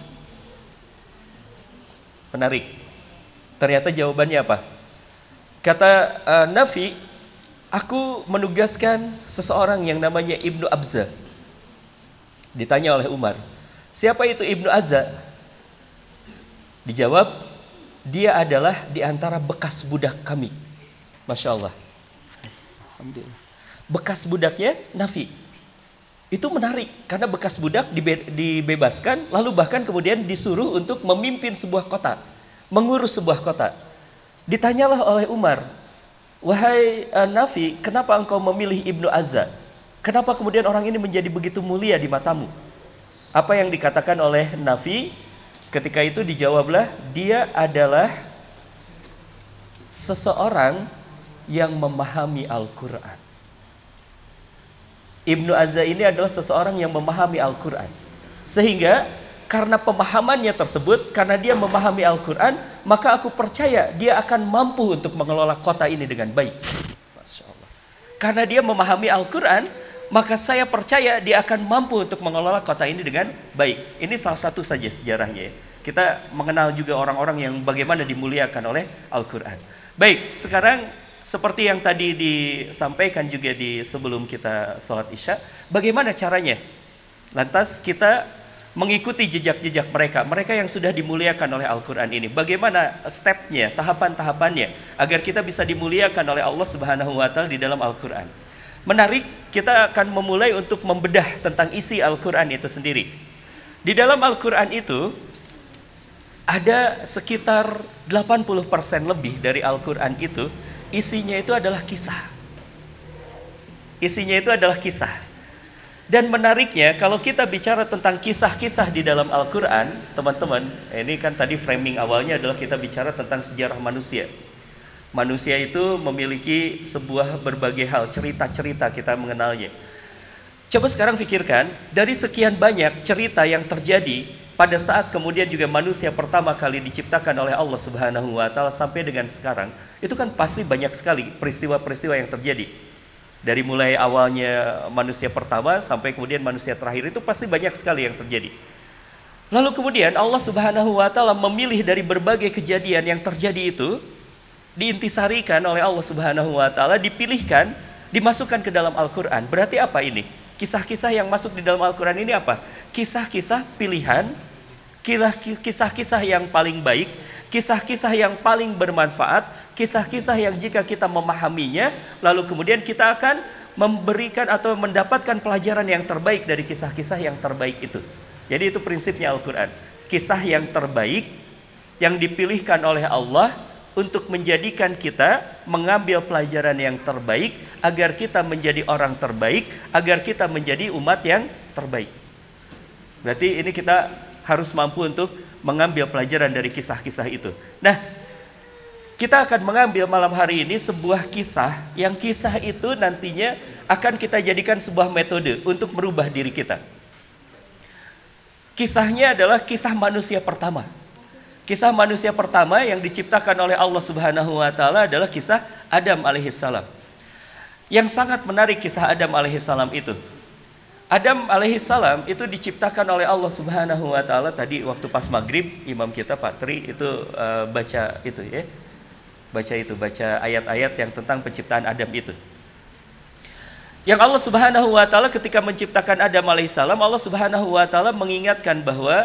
Menarik. Ternyata jawabannya apa? Kata Nafi, aku menugaskan seseorang yang namanya Ibnu Abza. Ditanya oleh Umar, siapa itu Ibnu Abza? Dijawab, dia adalah di antara bekas budak kami. Masya Allah. Alhamdulillah. Bekas budaknya Nafi. Itu menarik, karena bekas budak dibebaskan, lalu bahkan kemudian disuruh untuk memimpin sebuah kota, mengurus sebuah kota. Ditanyalah oleh Umar, wahai Nafi, kenapa engkau memilih Ibnu Azza? Kenapa kemudian orang ini menjadi begitu mulia di matamu? Apa yang dikatakan oleh Nafi? Ketika itu dijawablah, dia adalah seseorang yang memahami Al-Quran. Ibnu Azza ini adalah seseorang yang memahami Al-Quran. Sehingga karena pemahamannya tersebut, karena dia memahami Al-Quran, maka aku percaya dia akan mampu untuk mengelola kota ini dengan baik. Masya Allah. Karena dia memahami Al-Quran, maka saya percaya dia akan mampu untuk mengelola kota ini dengan baik. Ini salah satu saja sejarahnya. Kita mengenal juga orang-orang yang bagaimana dimuliakan oleh Al-Quran. Baik, sekarang seperti yang tadi disampaikan juga di sebelum kita sholat Isya, bagaimana caranya? Lantas kita mengikuti jejak-jejak mereka yang sudah dimuliakan oleh Al-Quran ini. Bagaimana stepnya, tahapan-tahapannya, agar kita bisa dimuliakan oleh Allah Subhanahu wa Ta'ala di dalam Al-Quran. Menarik, kita akan memulai untuk membedah tentang isi Al-Quran itu sendiri. Di dalam Al-Quran itu ada sekitar 80% lebih dari Al-Quran itu, isinya itu adalah kisah. Isinya itu adalah kisah. Dan menariknya, kalau kita bicara tentang kisah-kisah di dalam Al-Quran, teman-teman, ini kan tadi framing awalnya adalah kita bicara tentang sejarah manusia. Manusia itu memiliki sebuah berbagai hal, cerita-cerita kita mengenalnya. Coba sekarang pikirkan, dari sekian banyak cerita yang terjadi pada saat kemudian juga manusia pertama kali diciptakan oleh Allah Subhanahu wa Ta'ala sampai dengan sekarang, itu kan pasti banyak sekali peristiwa-peristiwa yang terjadi. Dari mulai awalnya manusia pertama sampai kemudian manusia terakhir, itu pasti banyak sekali yang terjadi. Lalu kemudian Allah Subhanahu wa Ta'ala memilih dari berbagai kejadian yang terjadi itu, diintisarikan oleh Allah Subhanahu wa Ta'ala, dipilihkan, dimasukkan ke dalam Al-Quran. Berarti apa ini? Kisah-kisah yang masuk di dalam Al-Quran ini apa? Kisah-kisah pilihan, kisah-kisah yang paling baik, kisah-kisah yang paling bermanfaat, kisah-kisah yang jika kita memahaminya, lalu kemudian kita akan memberikan atau mendapatkan pelajaran yang terbaik dari kisah-kisah yang terbaik itu. Jadi itu prinsipnya Al-Quran. Kisah yang terbaik yang dipilihkan oleh Allah untuk menjadikan kita mengambil pelajaran yang terbaik agar kita menjadi orang terbaik, agar kita menjadi umat yang terbaik. Berarti ini kita harus mampu untuk mengambil pelajaran dari kisah-kisah itu. Nah, kita akan mengambil malam hari ini sebuah kisah yang kisah itu nantinya akan kita jadikan sebuah metode untuk merubah diri kita. Kisahnya adalah kisah manusia pertama. Kisah manusia pertama yang diciptakan oleh Allah Subhanahu wa taala adalah kisah Adam alaihissalam. Yang sangat menarik kisah Adam alaihissalam itu. Adam alaihissalam itu diciptakan oleh Allah Subhanahu wa taala. Tadi waktu pas maghrib imam kita Pak Tri itu baca itu ya. Baca ayat-ayat yang tentang penciptaan Adam itu. Yang Allah Subhanahu wa taala ketika menciptakan Adam alaihissalam, Allah Subhanahu wa taala mengingatkan bahwa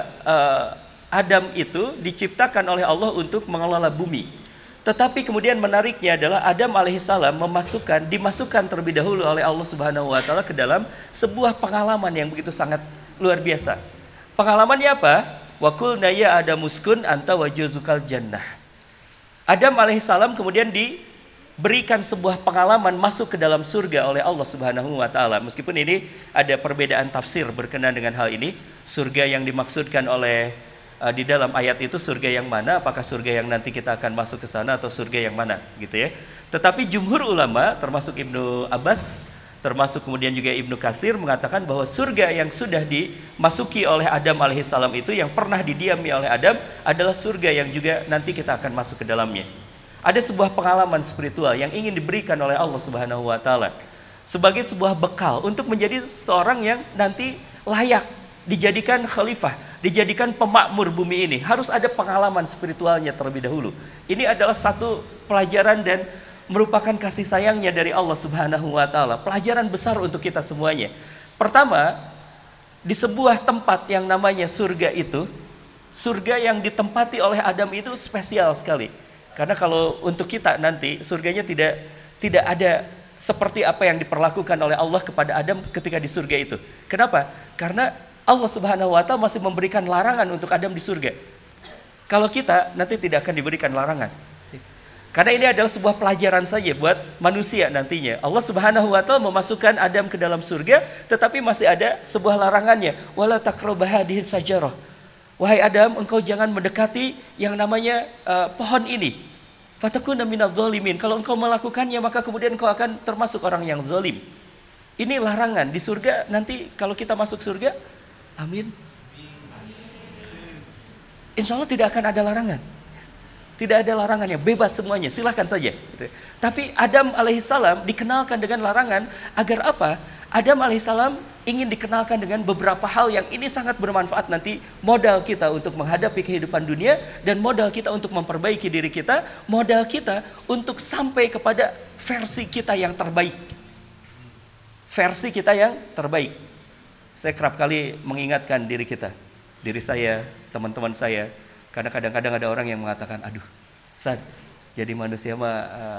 Adam itu diciptakan oleh Allah untuk mengelola bumi. Tetapi kemudian menariknya adalah Adam alaihissalam dimasukkan terlebih dahulu oleh Allah Subhanahu wa taala ke dalam sebuah pengalaman yang begitu sangat luar biasa. Pengalamannya apa? Wa qulna ya Adamu uskun anta wa juzukal jannah. Adam alaihissalam kemudian diberikan sebuah pengalaman masuk ke dalam surga oleh Allah Subhanahu wa taala. Meskipun ini ada perbedaan tafsir berkenaan dengan hal ini. Surga yang dimaksudkan oleh di dalam ayat itu surga yang mana? Apakah surga yang nanti kita akan masuk ke sana atau surga yang mana? Gitu ya. Tetapi jumhur ulama termasuk Ibnu Abbas, termasuk kemudian juga Ibnu Katsir mengatakan bahwa surga yang sudah dimasuki oleh Adam alaihissalam itu, yang pernah didiami oleh Adam, adalah surga yang juga nanti kita akan masuk ke dalamnya. Ada sebuah pengalaman spiritual yang ingin diberikan oleh Allah Subhanahu wa taala sebagai sebuah bekal untuk menjadi seorang yang nanti layak dijadikan khalifah, dijadikan pemakmur bumi ini. Harus ada pengalaman spiritualnya terlebih dahulu. Ini adalah satu pelajaran dan merupakan kasih sayangnya dari Allah Subhanahu wa taala. Pelajaran besar untuk kita semuanya. Pertama, di sebuah tempat yang namanya surga itu, surga yang ditempati oleh Adam itu spesial sekali. Karena kalau untuk kita nanti surganya tidak ada seperti apa yang diperlakukan oleh Allah kepada Adam ketika di surga itu. Kenapa? Karena Allah Subhanahu wa taala masih memberikan larangan untuk Adam di surga. Kalau kita nanti tidak akan diberikan larangan. Karena ini adalah sebuah pelajaran saja buat manusia nantinya. Allah Subhanahu wa taala memasukkan Adam ke dalam surga, tetapi masih ada sebuah larangannya. Wala taqrabu hadhihi sajarah. Wahai Adam, engkau jangan mendekati yang namanya pohon ini. Fatakuna minadz zalimin. Kalau engkau melakukannya, maka kemudian engkau akan termasuk orang yang zalim. Ini larangan di surga. Nanti kalau kita masuk surga, amin, insya Allah tidak akan ada larangan. Tidak ada larangannya, bebas semuanya, silahkan saja. Tapi Adam alaihissalam dikenalkan dengan larangan agar apa? Adam alaihissalam ingin dikenalkan dengan beberapa hal yang ini sangat bermanfaat nanti, modal kita untuk menghadapi kehidupan dunia, dan modal kita untuk memperbaiki diri kita, modal kita untuk sampai kepada versi kita yang terbaik. Versi kita yang terbaik. Saya kerap kali mengingatkan diri kita, diri saya, teman-teman saya, karena kadang-kadang ada orang yang mengatakan, aduh, Ustaz, jadi manusia mah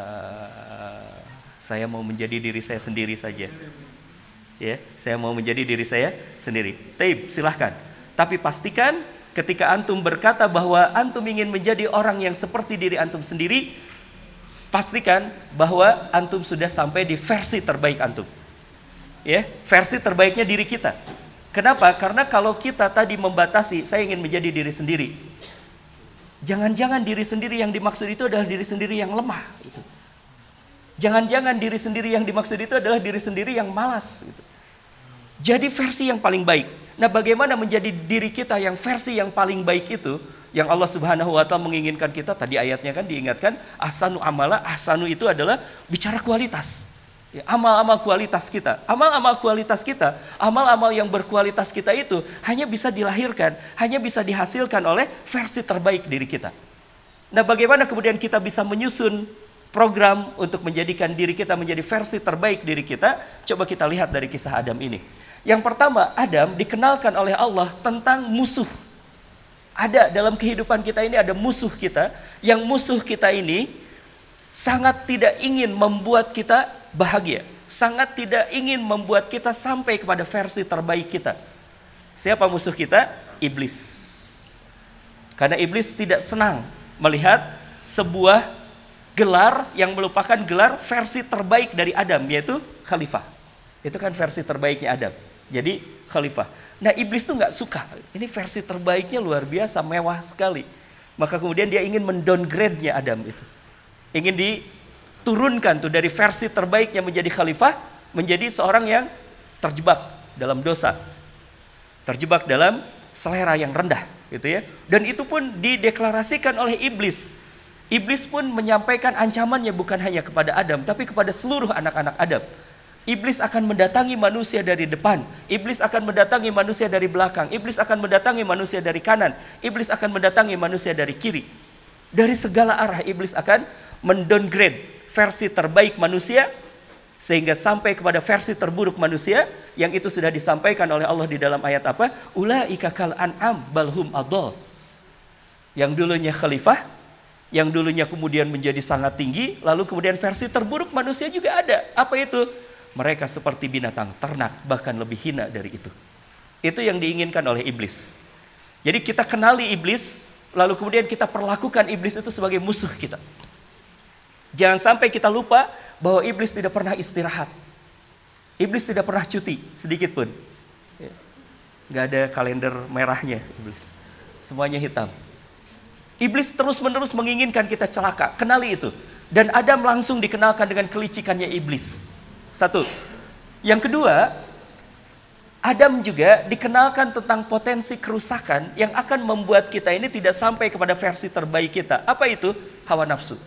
saya mau menjadi diri saya sendiri saja. Ya, saya mau menjadi diri saya sendiri. Taib, silahkan. Tapi pastikan ketika antum berkata bahwa antum ingin menjadi orang yang seperti diri antum sendiri, pastikan bahwa antum sudah sampai di versi terbaik antum. Ya, versi terbaiknya diri kita. Kenapa? Karena kalau kita tadi membatasi, saya ingin menjadi diri sendiri. Jangan-jangan diri sendiri yang dimaksud itu adalah diri sendiri yang lemah. Gitu. Jangan-jangan diri sendiri yang dimaksud itu adalah diri sendiri yang malas. Gitu. Jadi versi yang paling baik. Nah, bagaimana menjadi diri kita yang versi yang paling baik itu? Yang Allah Subhanahu wa taala menginginkan kita, tadi ayatnya kan diingatkan, ahsanu amala, ahsanu itu adalah bicara kualitas. Ya, amal-amal kualitas kita, amal-amal kualitas kita, amal-amal yang berkualitas kita itu hanya bisa dilahirkan, hanya bisa dihasilkan oleh versi terbaik diri kita. Nah, bagaimana kemudian kita bisa menyusun program untuk menjadikan diri kita menjadi versi terbaik diri kita? Coba kita lihat dari kisah Adam ini. Yang pertama, Adam dikenalkan oleh Allah tentang musuh. Ada dalam kehidupan kita ini ada musuh kita, yang musuh kita ini sangat tidak ingin membuat kita bahagia, sangat tidak ingin membuat kita sampai kepada versi terbaik kita. Siapa musuh kita? Iblis. Karena iblis tidak senang melihat sebuah gelar yang merupakan gelar versi terbaik dari Adam, yaitu khalifah. Itu kan versi terbaiknya Adam. Jadi khalifah. Nah, iblis tuh nggak suka. Ini versi terbaiknya luar biasa, mewah sekali. Maka kemudian dia ingin mendowngrade-nya Adam itu. Ingin diturunkan tuh dari versi terbaiknya menjadi khalifah, menjadi seorang yang terjebak dalam dosa. Terjebak dalam selera yang rendah, gitu ya. Dan itu pun dideklarasikan oleh iblis. Iblis pun menyampaikan ancamannya bukan hanya kepada Adam, tapi kepada seluruh anak-anak Adam. Iblis akan mendatangi manusia dari depan. Iblis akan mendatangi manusia dari belakang. Iblis akan mendatangi manusia dari kanan. Iblis akan mendatangi manusia dari kiri. Dari segala arah iblis akan mendowngrade versi terbaik manusia, sehingga sampai kepada versi terburuk manusia, yang itu sudah disampaikan oleh Allah di dalam ayat apa? Ulaika kal an'am balhum adall. Yang dulunya khalifah, yang dulunya kemudian menjadi sangat tinggi, lalu kemudian versi terburuk manusia juga ada. Apa itu? Mereka seperti binatang ternak, bahkan lebih hina dari itu. Itu yang diinginkan oleh iblis. Jadi kita kenali iblis, lalu kemudian kita perlakukan iblis itu sebagai musuh kita. Jangan sampai kita lupa bahwa iblis tidak pernah istirahat. Iblis tidak pernah cuti sedikit pun. Gak ada kalender merahnya iblis. Semuanya hitam. Iblis terus-menerus menginginkan kita celaka. Kenali itu. Dan Adam langsung dikenalkan dengan kelicikannya iblis. Satu. Yang kedua, Adam juga dikenalkan tentang potensi kerusakan yang akan membuat kita ini tidak sampai kepada versi terbaik kita. Apa itu? Hawa nafsu.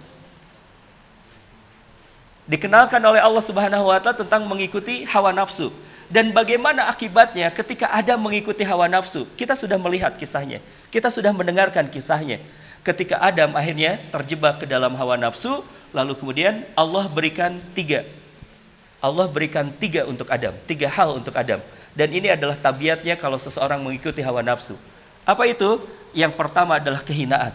Dikenalkan oleh Allah Subhanahu wa Ta'ala tentang mengikuti hawa nafsu. Dan bagaimana akibatnya ketika Adam mengikuti hawa nafsu? Kita sudah melihat kisahnya. Kita sudah mendengarkan kisahnya. Ketika Adam akhirnya terjebak ke dalam hawa nafsu, lalu kemudian Allah berikan tiga untuk Adam, 3 hal untuk Adam. Dan ini adalah tabiatnya kalau seseorang mengikuti hawa nafsu. Apa itu? Yang pertama adalah kehinaan.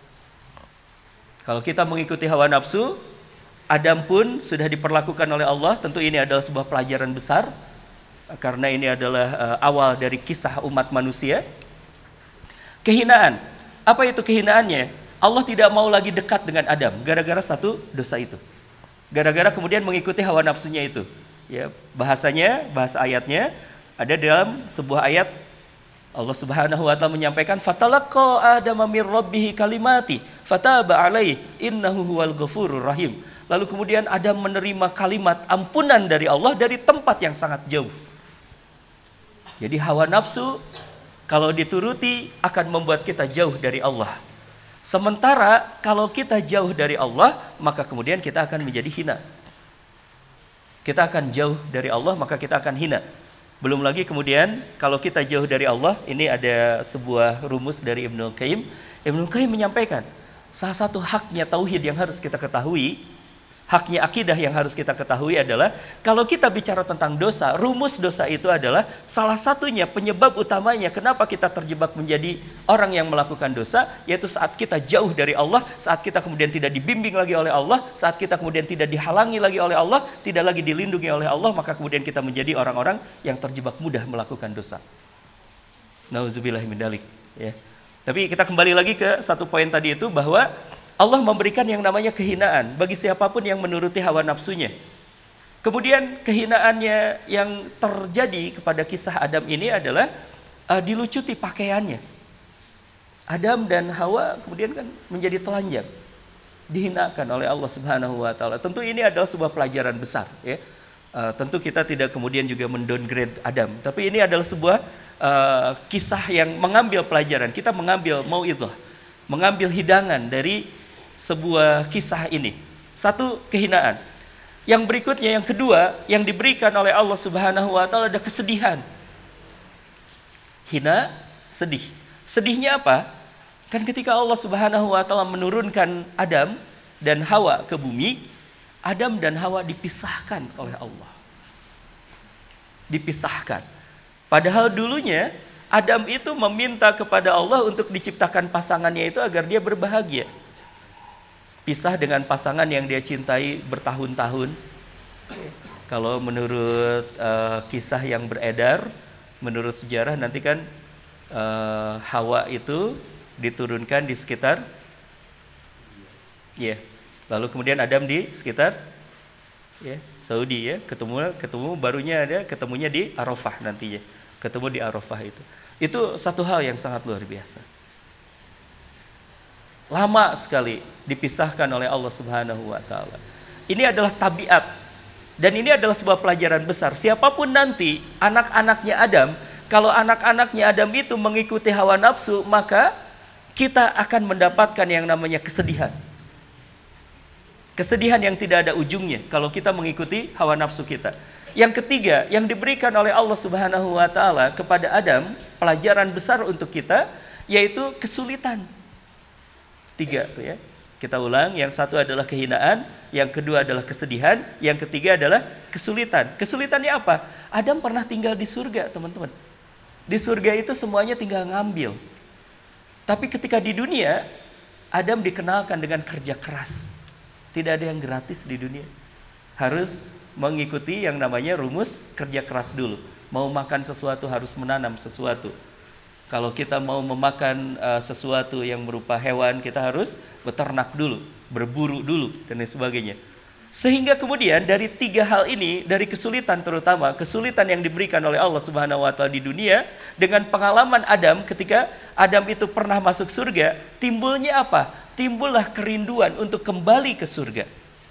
Kalau kita mengikuti hawa nafsu, Adam pun sudah diperlakukan oleh Allah. Tentu ini adalah sebuah pelajaran besar, karena ini adalah awal dari kisah umat manusia. Kehinaan. Apa itu kehinaannya? Allah tidak mau lagi dekat dengan Adam gara-gara satu dosa itu. Gara-gara kemudian mengikuti hawa nafsunya itu. Ya, bahasa ayatnya ada dalam sebuah ayat Allah Subhanahu wa Ta'ala menyampaikan fatalaqa adama mir rabbih kalimati fataba alaihi innahu huwal ghafurur rahim. Lalu kemudian Adam menerima kalimat ampunan dari Allah dari tempat yang sangat jauh. Jadi hawa nafsu kalau dituruti akan membuat kita jauh dari Allah. Sementara kalau kita jauh dari Allah, maka kemudian kita akan menjadi hina. Kita akan jauh dari Allah, maka kita akan hina. Belum lagi kemudian kalau kita jauh dari Allah, ini ada sebuah rumus dari Ibnu Qayyim. Ibnu Qayyim menyampaikan, salah satu haknya tauhid yang harus kita ketahui, haknya akidah yang harus kita ketahui adalah kalau kita bicara tentang dosa, rumus dosa itu adalah salah satunya penyebab utamanya kenapa kita terjebak menjadi orang yang melakukan dosa, yaitu saat kita jauh dari Allah, saat kita kemudian tidak dibimbing lagi oleh Allah, saat kita kemudian tidak dihalangi lagi oleh Allah, tidak lagi dilindungi oleh Allah, maka kemudian kita menjadi orang-orang yang terjebak mudah melakukan dosa. Nauzubillahi min dzalik, ya. Tapi kita kembali lagi ke satu poin tadi itu, bahwa Allah memberikan yang namanya kehinaan bagi siapapun yang menuruti hawa nafsunya. Kemudian kehinaannya yang terjadi kepada kisah Adam ini adalah dilucuti pakaiannya. Adam dan Hawa kemudian kan menjadi telanjang, dihinakan oleh Allah Subhanahu wa Ta'ala. Tentu ini adalah sebuah pelajaran besar, ya. Tentu kita tidak kemudian juga mendowngrade Adam, tapi ini adalah sebuah kisah yang mengambil pelajaran. Kita mengambil mau'idhah, mengambil hidangan dari sebuah kisah ini. Satu, kehinaan. Yang berikutnya, yang kedua, yang diberikan oleh Allah Subhanahu wa Ta'ala ada kesedihan. Hina, sedih. Sedihnya apa? Kan ketika Allah Subhanahu wa Ta'ala menurunkan Adam dan Hawa ke bumi, Adam dan Hawa dipisahkan oleh Allah. Dipisahkan. Padahal dulunya Adam itu meminta kepada Allah untuk diciptakan pasangannya itu agar dia berbahagia. Pisah dengan pasangan yang dia cintai bertahun-tahun. Kalau menurut kisah yang beredar, menurut sejarah nanti kan Hawa itu diturunkan di sekitar lalu kemudian Adam di sekitar Saudi ketemu barunya ketemunya di Arafah nantinya. Ketemu di Arafah itu satu hal yang sangat luar biasa. Lama sekali dipisahkan oleh Allah Subhanahu wa taala. Ini adalah tabiat dan ini adalah sebuah pelajaran besar. Siapapun nanti anak-anaknya Adam, kalau anak-anaknya Adam itu mengikuti hawa nafsu, maka kita akan mendapatkan yang namanya kesedihan. Kesedihan yang tidak ada ujungnya kalau kita mengikuti hawa nafsu kita. Yang ketiga, yang diberikan oleh Allah Subhanahu wa taala kepada Adam, pelajaran besar untuk kita, yaitu kesulitan. 3 tuh ya. Kita ulang, yang satu adalah kehinaan, yang kedua adalah kesedihan, yang ketiga adalah kesulitan. Kesulitannya apa? Adam pernah tinggal di surga, teman-teman. Di surga itu semuanya tinggal ngambil. Tapi ketika di dunia, Adam dikenalkan dengan kerja keras. Tidak ada yang gratis di dunia. Harus mengikuti yang namanya rumus kerja keras dulu. Mau makan sesuatu harus menanam sesuatu. Kalau kita mau memakan sesuatu yang berupa hewan, kita harus beternak dulu, berburu dulu, dan lain sebagainya. Sehingga kemudian dari 3 hal ini, dari kesulitan terutama, kesulitan yang diberikan oleh Allah Subhanahu wa taala di dunia, dengan pengalaman Adam ketika Adam itu pernah masuk surga, timbulnya apa? Timbullah kerinduan untuk kembali ke surga.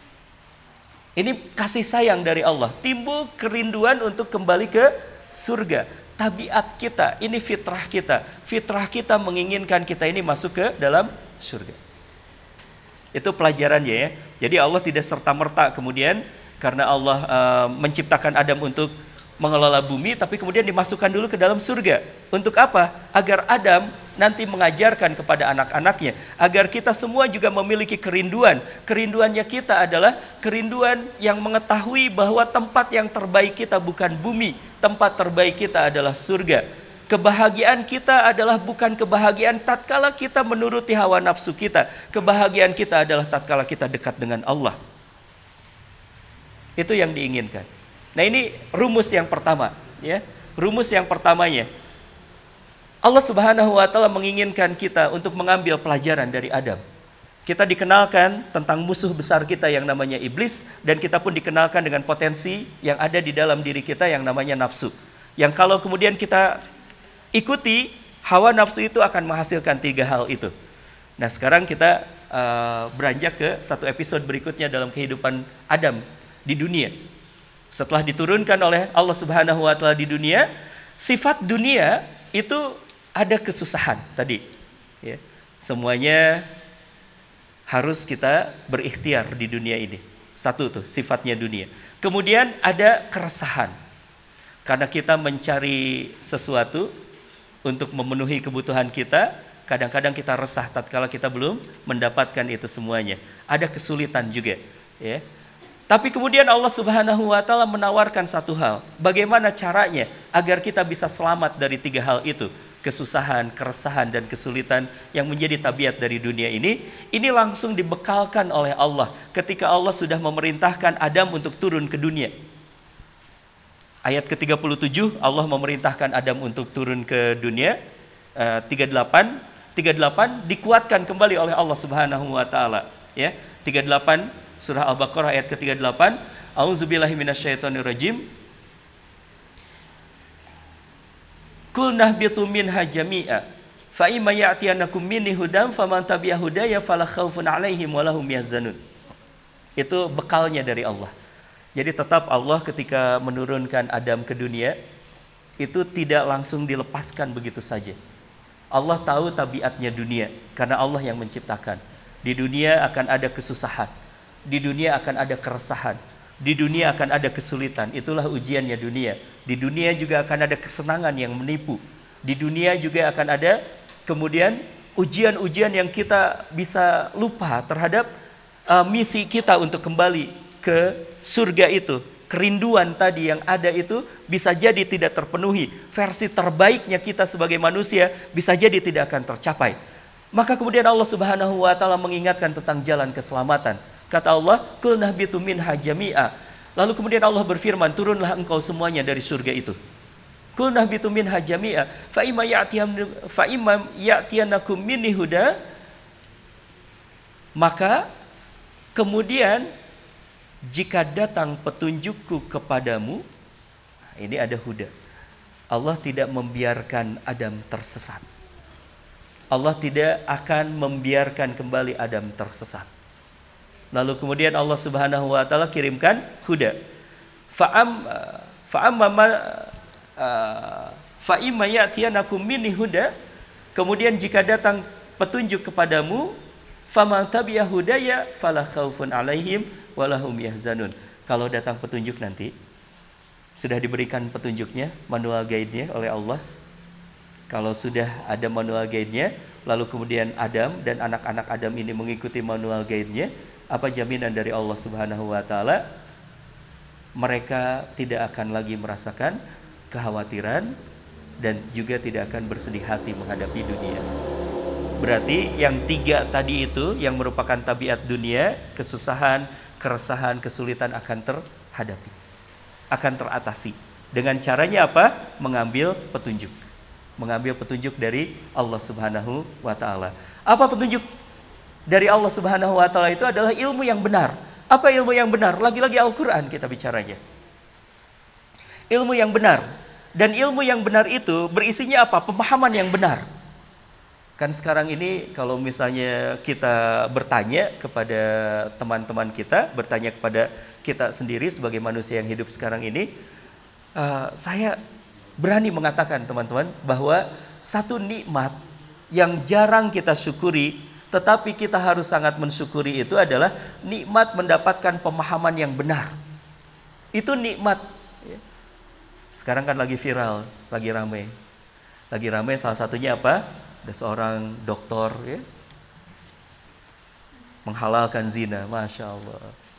Ini kasih sayang dari Allah, timbul kerinduan untuk kembali ke surga. Tabiat kita, ini fitrah kita. Fitrah kita menginginkan kita ini masuk ke dalam surga. Itu pelajarannya ya. Jadi Allah tidak serta-merta kemudian karena Allah menciptakan Adam untuk mengelola bumi, tapi kemudian dimasukkan dulu ke dalam surga. Untuk apa? Agar Adam nanti mengajarkan kepada anak-anaknya, agar kita semua juga memiliki kerinduan. Kerinduannya kita adalah kerinduan yang mengetahui bahwa tempat yang terbaik kita bukan bumi, tempat terbaik kita adalah surga. Kebahagiaan kita adalah bukan kebahagiaan tatkala kita menuruti hawa nafsu kita. Kebahagiaan kita adalah tatkala kita dekat dengan Allah. Itu yang diinginkan. Nah, ini rumus yang pertama, ya. Rumus yang pertamanya, Allah Subhanahu wa taala menginginkan kita untuk mengambil pelajaran dari Adam. Kita dikenalkan tentang musuh besar kita yang namanya iblis, dan kita pun dikenalkan dengan potensi yang ada di dalam diri kita yang namanya nafsu. Yang kalau kemudian kita ikuti, hawa nafsu itu akan menghasilkan 3 hal itu. Nah, sekarang kita beranjak ke satu episode berikutnya dalam kehidupan Adam di dunia. Setelah diturunkan oleh Allah Subhanahu wa taala di dunia, sifat dunia itu ada kesusahan tadi, ya. Semuanya harus kita berikhtiar di dunia ini. Satu tuh sifatnya dunia. Kemudian ada keresahan. Karena kita mencari sesuatu untuk memenuhi kebutuhan kita, kadang-kadang kita resah tatkala kita belum mendapatkan itu semuanya. Ada kesulitan juga, ya. Tapi kemudian Allah Subhanahu wa taala menawarkan satu hal. Bagaimana caranya agar kita bisa selamat dari 3 hal itu? Kesusahan, keresahan, dan kesulitan yang menjadi tabiat dari dunia ini langsung dibekalkan oleh Allah ketika Allah sudah memerintahkan Adam untuk turun ke dunia. Ayat ke-37 Allah memerintahkan Adam untuk turun ke dunia. 38 dikuatkan kembali oleh Allah Subhanahu wa taala, ya. 38 surah Al-Baqarah ayat ke-38, A'udzubillahi minasyaitonirrajim. Qul nahbitu minha jami'a fa imma ya'tiyanakum minni hudan faman tabi'a hudaya fala khaufun 'alaihim wa lahum yahzanun. Itu bekalnya dari Allah. Jadi tetap Allah ketika menurunkan Adam ke dunia itu tidak langsung dilepaskan begitu saja. Allah tahu tabiatnya dunia karena Allah yang menciptakan. Di dunia akan ada kesusahan, di dunia akan ada keresahan, di dunia akan ada kesulitan. Itulah ujiannya dunia. Di dunia juga akan ada kesenangan yang menipu. Di dunia juga akan ada kemudian ujian-ujian yang kita bisa lupa terhadap misi kita untuk kembali ke surga itu, kerinduan tadi yang ada itu bisa jadi tidak terpenuhi. Versi terbaiknya kita sebagai manusia bisa jadi tidak akan tercapai. Maka kemudian Allah Subhanahu wa taala mengingatkan tentang jalan keselamatan. Kata Allah, "Qul nahbitu minha jami'a." Lalu kemudian Allah berfirman, "Turunlah engkau semuanya dari surga itu." "Qul nahbitu minha jami'a fa imma ya'tiyanakum minni huda." Maka kemudian jika datang petunjukku kepadamu, ini ada huda. Allah tidak membiarkan Adam tersesat. Allah tidak akan membiarkan kembali Adam tersesat. Lalu kemudian Allah Subhanahu wa taala kirimkan huda. Fa imma ya'tiyanakum minni huda. Kemudian jika datang petunjuk kepadamu, faman tabi'a hudaya fala khaufun 'alaihim walahum yahzanun. Kalau datang petunjuk nanti, sudah diberikan petunjuknya, manual guide-nya oleh Allah. Kalau sudah ada manual guide-nya, lalu kemudian Adam dan anak-anak Adam ini mengikuti manual guide-nya, apa jaminan dari Allah Subhanahu wa taala? Mereka tidak akan lagi merasakan kekhawatiran dan juga tidak akan bersedih hati menghadapi dunia. Berarti yang 3 tadi itu yang merupakan tabiat dunia, kesusahan, keresahan, kesulitan akan terhadapi, akan teratasi. Dengan caranya apa? Mengambil petunjuk. Mengambil petunjuk dari Allah Subhanahu wa taala. Apa petunjuk dari Allah Subhanahu wa taala itu? Adalah ilmu yang benar. Apa ilmu yang benar? Lagi-lagi Al-Qur'an kita bicaranya. Ilmu yang benar. Dan ilmu yang benar itu berisinya apa? Pemahaman yang benar. Kan sekarang ini kalau misalnya kita bertanya kepada teman-teman kita, bertanya kepada kita sendiri sebagai manusia yang hidup sekarang ini, saya berani mengatakan teman-teman bahwa satu nikmat yang jarang kita syukuri, tetapi kita harus sangat mensyukuri itu adalah nikmat mendapatkan pemahaman yang benar. Itu nikmat. Sekarang kan lagi viral, lagi ramai. Lagi ramai salah satunya apa? Ada seorang dokter ya, menghalalkan zina, Masya Allah.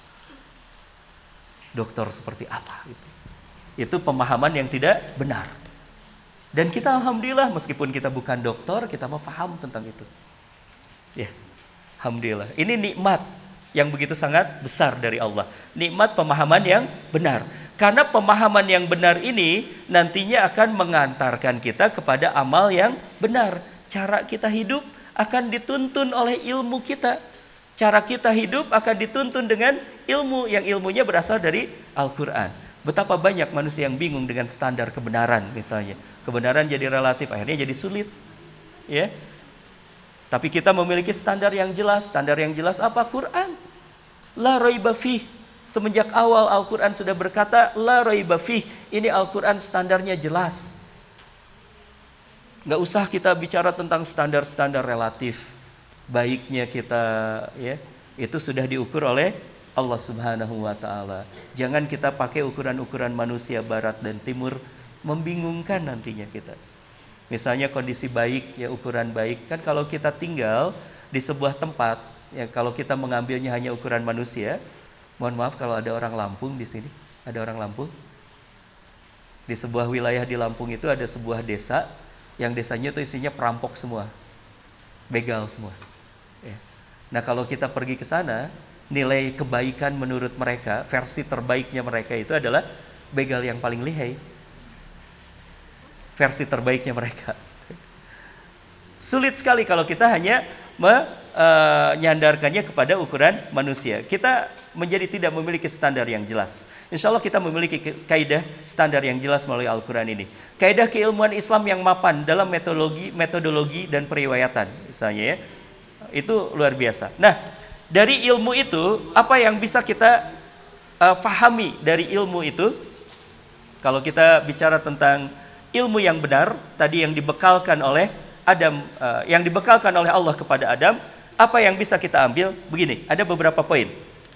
Dokter seperti apa itu? Itu pemahaman yang tidak benar. Dan kita alhamdulillah meskipun kita bukan dokter, kita mau paham tentang itu. Ya, alhamdulillah. Ini nikmat yang begitu sangat besar dari Allah. Nikmat pemahaman yang benar. Karena pemahaman yang benar ini nantinya akan mengantarkan kita kepada amal yang benar. Cara kita hidup akan dituntun oleh ilmu kita. Cara kita hidup akan dituntun dengan ilmu yang ilmunya berasal dari Al-Quran. Betapa banyak manusia yang bingung dengan standar kebenaran misalnya. Kebenaran jadi relatif, akhirnya jadi sulit. Ya. Tapi kita memiliki standar yang jelas. Standar yang jelas apa? Quran. La raiba fih. Semenjak awal Al-Quran sudah berkata la raiba fih. Ini Al-Quran standarnya jelas. Gak usah kita bicara tentang standar-standar relatif. Baiknya kita ya, itu sudah diukur oleh Allah Subhanahu wa taala. Jangan kita pakai ukuran-ukuran manusia barat dan timur, membingungkan nantinya kita. Misalnya kondisi baik, ya ukuran baik. Kan kalau kita tinggal di sebuah tempat, ya kalau kita mengambilnya hanya ukuran manusia, mohon maaf kalau ada orang Lampung di sini, ada orang Lampung. Di sebuah wilayah di Lampung itu ada sebuah desa, yang desanya itu isinya perampok semua, begal semua. Ya. Nah kalau kita pergi ke sana, nilai kebaikan menurut mereka, versi terbaiknya mereka itu adalah begal yang paling lihai. Versi terbaiknya mereka. Sulit sekali kalau kita hanya menyandarkannya kepada ukuran manusia. Kita menjadi tidak memiliki standar yang jelas. Insya Allah kita memiliki kaidah standar yang jelas melalui Al-Quran ini. Kaidah keilmuan Islam yang mapan dalam metodologi dan periwayatan misalnya ya. Itu luar biasa. Nah, dari ilmu itu apa yang bisa kita fahami dari ilmu itu? Kalau kita bicara tentang ilmu yang benar tadi yang dibekalkan oleh Adam, yang dibekalkan oleh Allah kepada Adam, apa yang bisa kita ambil? Begini, ada beberapa poin.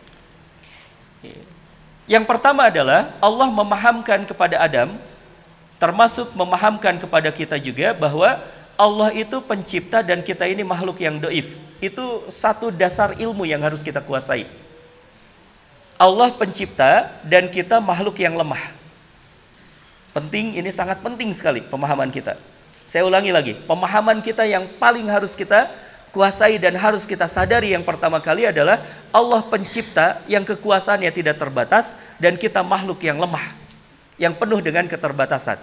Yang pertama adalah Allah memahamkan kepada Adam, termasuk memahamkan kepada kita juga bahwa Allah itu pencipta dan kita ini makhluk yang dhaif. Itu satu dasar ilmu yang harus kita kuasai. Allah pencipta dan kita makhluk yang lemah. Penting, ini sangat penting sekali pemahaman kita. Saya ulangi lagi, pemahaman kita yang paling harus kita kuasai dan harus kita sadari yang pertama kali adalah Allah pencipta yang kekuasaannya tidak terbatas dan kita makhluk yang lemah, yang penuh dengan keterbatasan.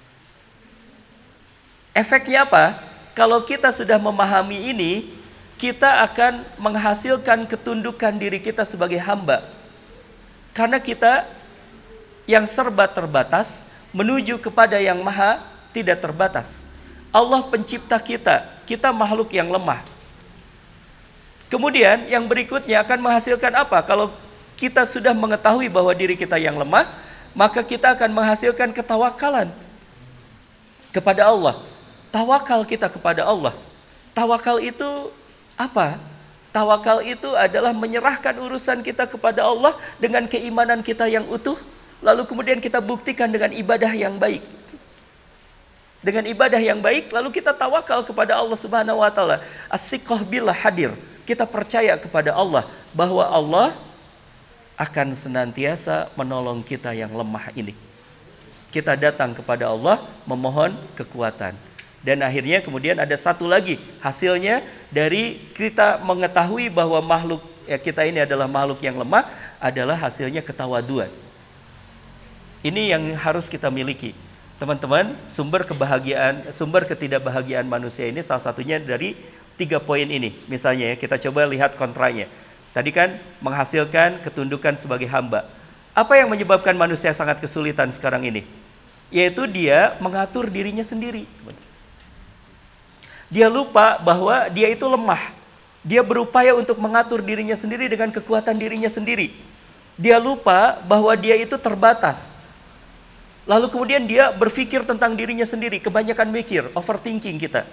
Efeknya apa? Kalau kita sudah memahami ini, kita akan menghasilkan ketundukan diri kita sebagai hamba. Karena kita yang serba terbatas menuju kepada yang maha tidak terbatas. Allah pencipta kita, kita makhluk yang lemah. Kemudian yang berikutnya akan menghasilkan apa? Kalau kita sudah mengetahui bahwa diri kita yang lemah, maka kita akan menghasilkan ketawakalan kepada Allah. Tawakal kita kepada Allah. Tawakal itu apa? Tawakal itu adalah menyerahkan urusan kita kepada Allah dengan keimanan kita yang utuh, lalu kemudian kita buktikan dengan ibadah yang baik. Dengan ibadah yang baik, lalu kita tawakal kepada Allah Subhanahu wa taala. As-siqah billah hadir. Kita percaya kepada Allah bahwa Allah akan senantiasa menolong kita yang lemah ini. Kita datang kepada Allah memohon kekuatan. Dan akhirnya kemudian ada satu lagi hasilnya dari kita mengetahui bahwa makhluk kita ini adalah makhluk yang lemah, adalah hasilnya ketawaduan. Ini yang harus kita miliki. Teman-teman, sumber kebahagiaan, sumber ketidakbahagiaan manusia ini salah satunya dari 3 poin ini. Misalnya ya, kita coba lihat kontranya. Tadi kan menghasilkan ketundukan sebagai hamba. Apa yang menyebabkan manusia sangat kesulitan sekarang ini? Yaitu dia mengatur dirinya sendiri. Dia lupa bahwa dia itu lemah. Dia berupaya untuk mengatur dirinya sendiri dengan kekuatan dirinya sendiri. Dia lupa bahwa dia itu terbatas. Lalu kemudian dia berpikir tentang dirinya sendiri, kebanyakan mikir, overthinking kita.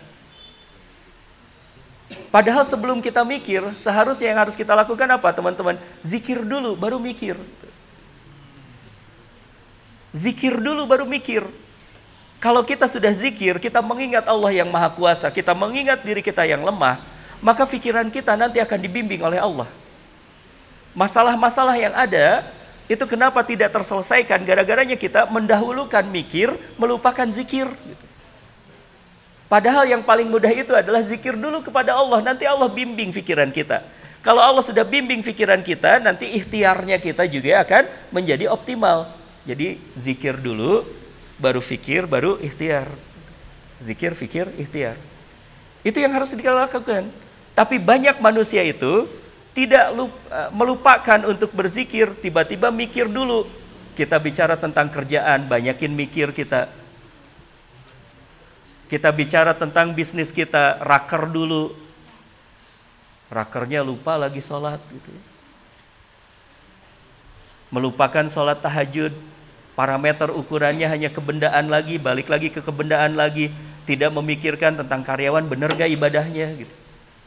Padahal sebelum kita mikir, seharusnya yang harus kita lakukan apa teman-teman? Zikir dulu, baru mikir. Zikir dulu, baru mikir. Kalau kita sudah zikir, kita mengingat Allah yang Maha Kuasa, kita mengingat diri kita yang lemah, maka pikiran kita nanti akan dibimbing oleh Allah. Masalah-masalah yang ada, itu kenapa tidak terselesaikan? Gara-garanya kita mendahulukan mikir, melupakan zikir. Padahal yang paling mudah itu adalah zikir dulu kepada Allah. Nanti Allah bimbing pikiran kita. Kalau Allah sudah bimbing pikiran kita, nanti ikhtiarnya kita juga akan menjadi optimal. Jadi zikir dulu, baru fikir, baru ikhtiar. Zikir, fikir, ikhtiar. Itu yang harus dilakukan. Tapi banyak manusia itu tidak melupakan untuk berzikir, tiba-tiba mikir dulu. Kita bicara tentang kerjaan, banyakin mikir kita. Kita bicara tentang bisnis kita, raker dulu. Rakernya lupa lagi sholat gitu. Melupakan sholat tahajud, parameter ukurannya hanya kebendaan lagi, balik lagi ke kebendaan lagi. Tidak memikirkan tentang karyawan benar gak ibadahnya gitu.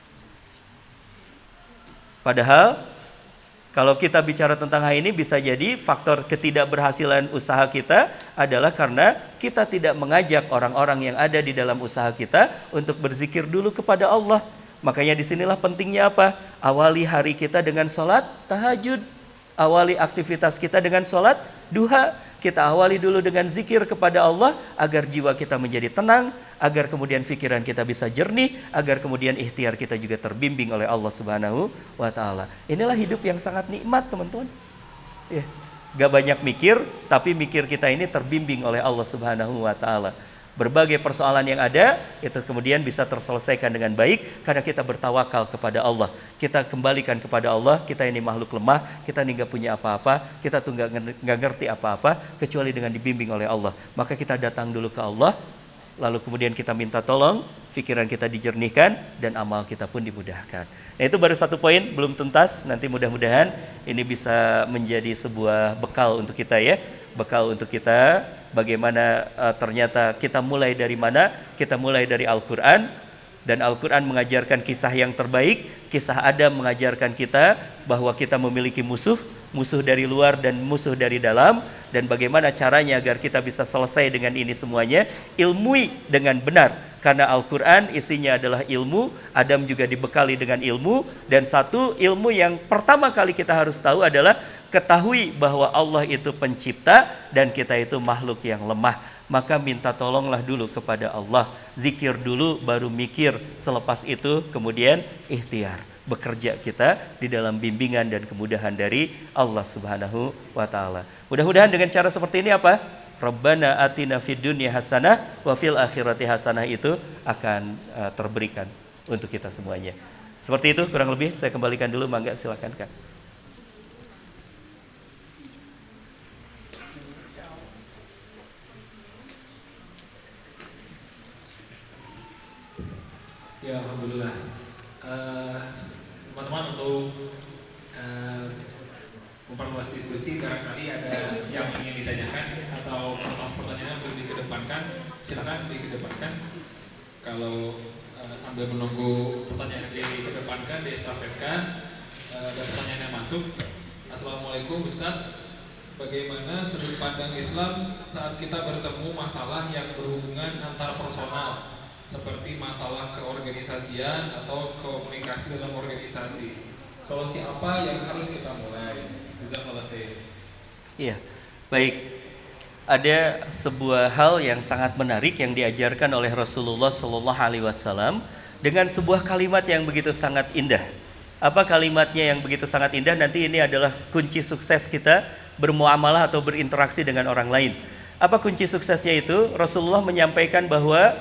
Padahal kalau kita bicara tentang hal ini, bisa jadi faktor ketidakberhasilan usaha kita adalah karena kita tidak mengajak orang-orang yang ada di dalam usaha kita untuk berzikir dulu kepada Allah. Makanya disinilah pentingnya apa? Awali hari kita dengan sholat tahajud. Awali aktivitas kita dengan sholat duha. Kita awali dulu dengan zikir kepada Allah agar jiwa kita menjadi tenang, agar kemudian pikiran kita bisa jernih, agar kemudian ikhtiar kita juga terbimbing oleh Allah Subhanahu wa taala. Inilah hidup yang sangat nikmat, teman-teman. Ya, gak banyak mikir, tapi mikir kita ini terbimbing oleh Allah Subhanahu wa taala. Berbagai persoalan yang ada itu kemudian bisa terselesaikan dengan baik karena kita bertawakal kepada Allah. Kita kembalikan kepada Allah, kita ini makhluk lemah, kita ini gak punya apa-apa, kita tuh gak ngerti apa-apa kecuali dengan dibimbing oleh Allah. Maka kita datang dulu ke Allah, lalu kemudian kita minta tolong, pikiran kita dijernihkan dan amal kita pun dimudahkan. Nah, itu baru satu poin, belum tuntas. Nanti mudah-mudahan ini bisa menjadi sebuah bekal untuk kita ya. Bekal untuk kita bagaimana ternyata kita mulai dari mana? Kita mulai dari Al-Quran. Dan Al-Quran mengajarkan kisah yang terbaik. Kisah Adam mengajarkan kita bahwa kita memiliki musuh dari luar dan musuh dari dalam. Dan bagaimana caranya agar kita bisa selesai dengan ini semuanya? Ilmui dengan benar. Karena Al-Quran isinya adalah ilmu. Adam juga dibekali dengan ilmu. Dan satu ilmu yang pertama kali kita harus tahu adalah ketahui bahwa Allah itu pencipta dan kita itu makhluk yang lemah. Maka minta tolonglah dulu kepada Allah, zikir dulu baru mikir, selepas itu kemudian ikhtiar, bekerja kita di dalam bimbingan dan kemudahan dari Allah Subhanahu wa taala. Mudah-mudahan dengan cara seperti ini apa? Rabbana atina fid dunya hasanah wa fil akhirati hasanah itu akan terberikan untuk kita semuanya. Seperti itu kurang lebih, saya kembalikan dulu, mangga silakan Kak.
Ya, alhamdulillah. Teman-teman, untuk memperluas diskusi, barangkali ada yang ingin ditanyakan atau pertanyaan untuk dikedepankan, silakan dikedepankan. Kalau sambil menunggu pertanyaan yang dikedepankan, diestafetkan, ada pertanyaan yang masuk. Assalamualaikum Ustaz, bagaimana sudut pandang Islam saat kita bertemu masalah yang berhubungan antar personal, seperti masalah keorganisasian atau komunikasi dalam organisasi? Solusi apa yang harus kita mulai? Jazakallahu khair.
Iya, baik. Ada sebuah hal yang sangat menarik yang diajarkan oleh Rasulullah Shallallahu Alaihi Wasallam dengan sebuah kalimat yang begitu sangat indah. Apa kalimatnya yang begitu sangat indah? Nanti ini adalah kunci sukses kita bermuamalah atau berinteraksi dengan orang lain. Apa kunci suksesnya itu? Rasulullah menyampaikan bahwa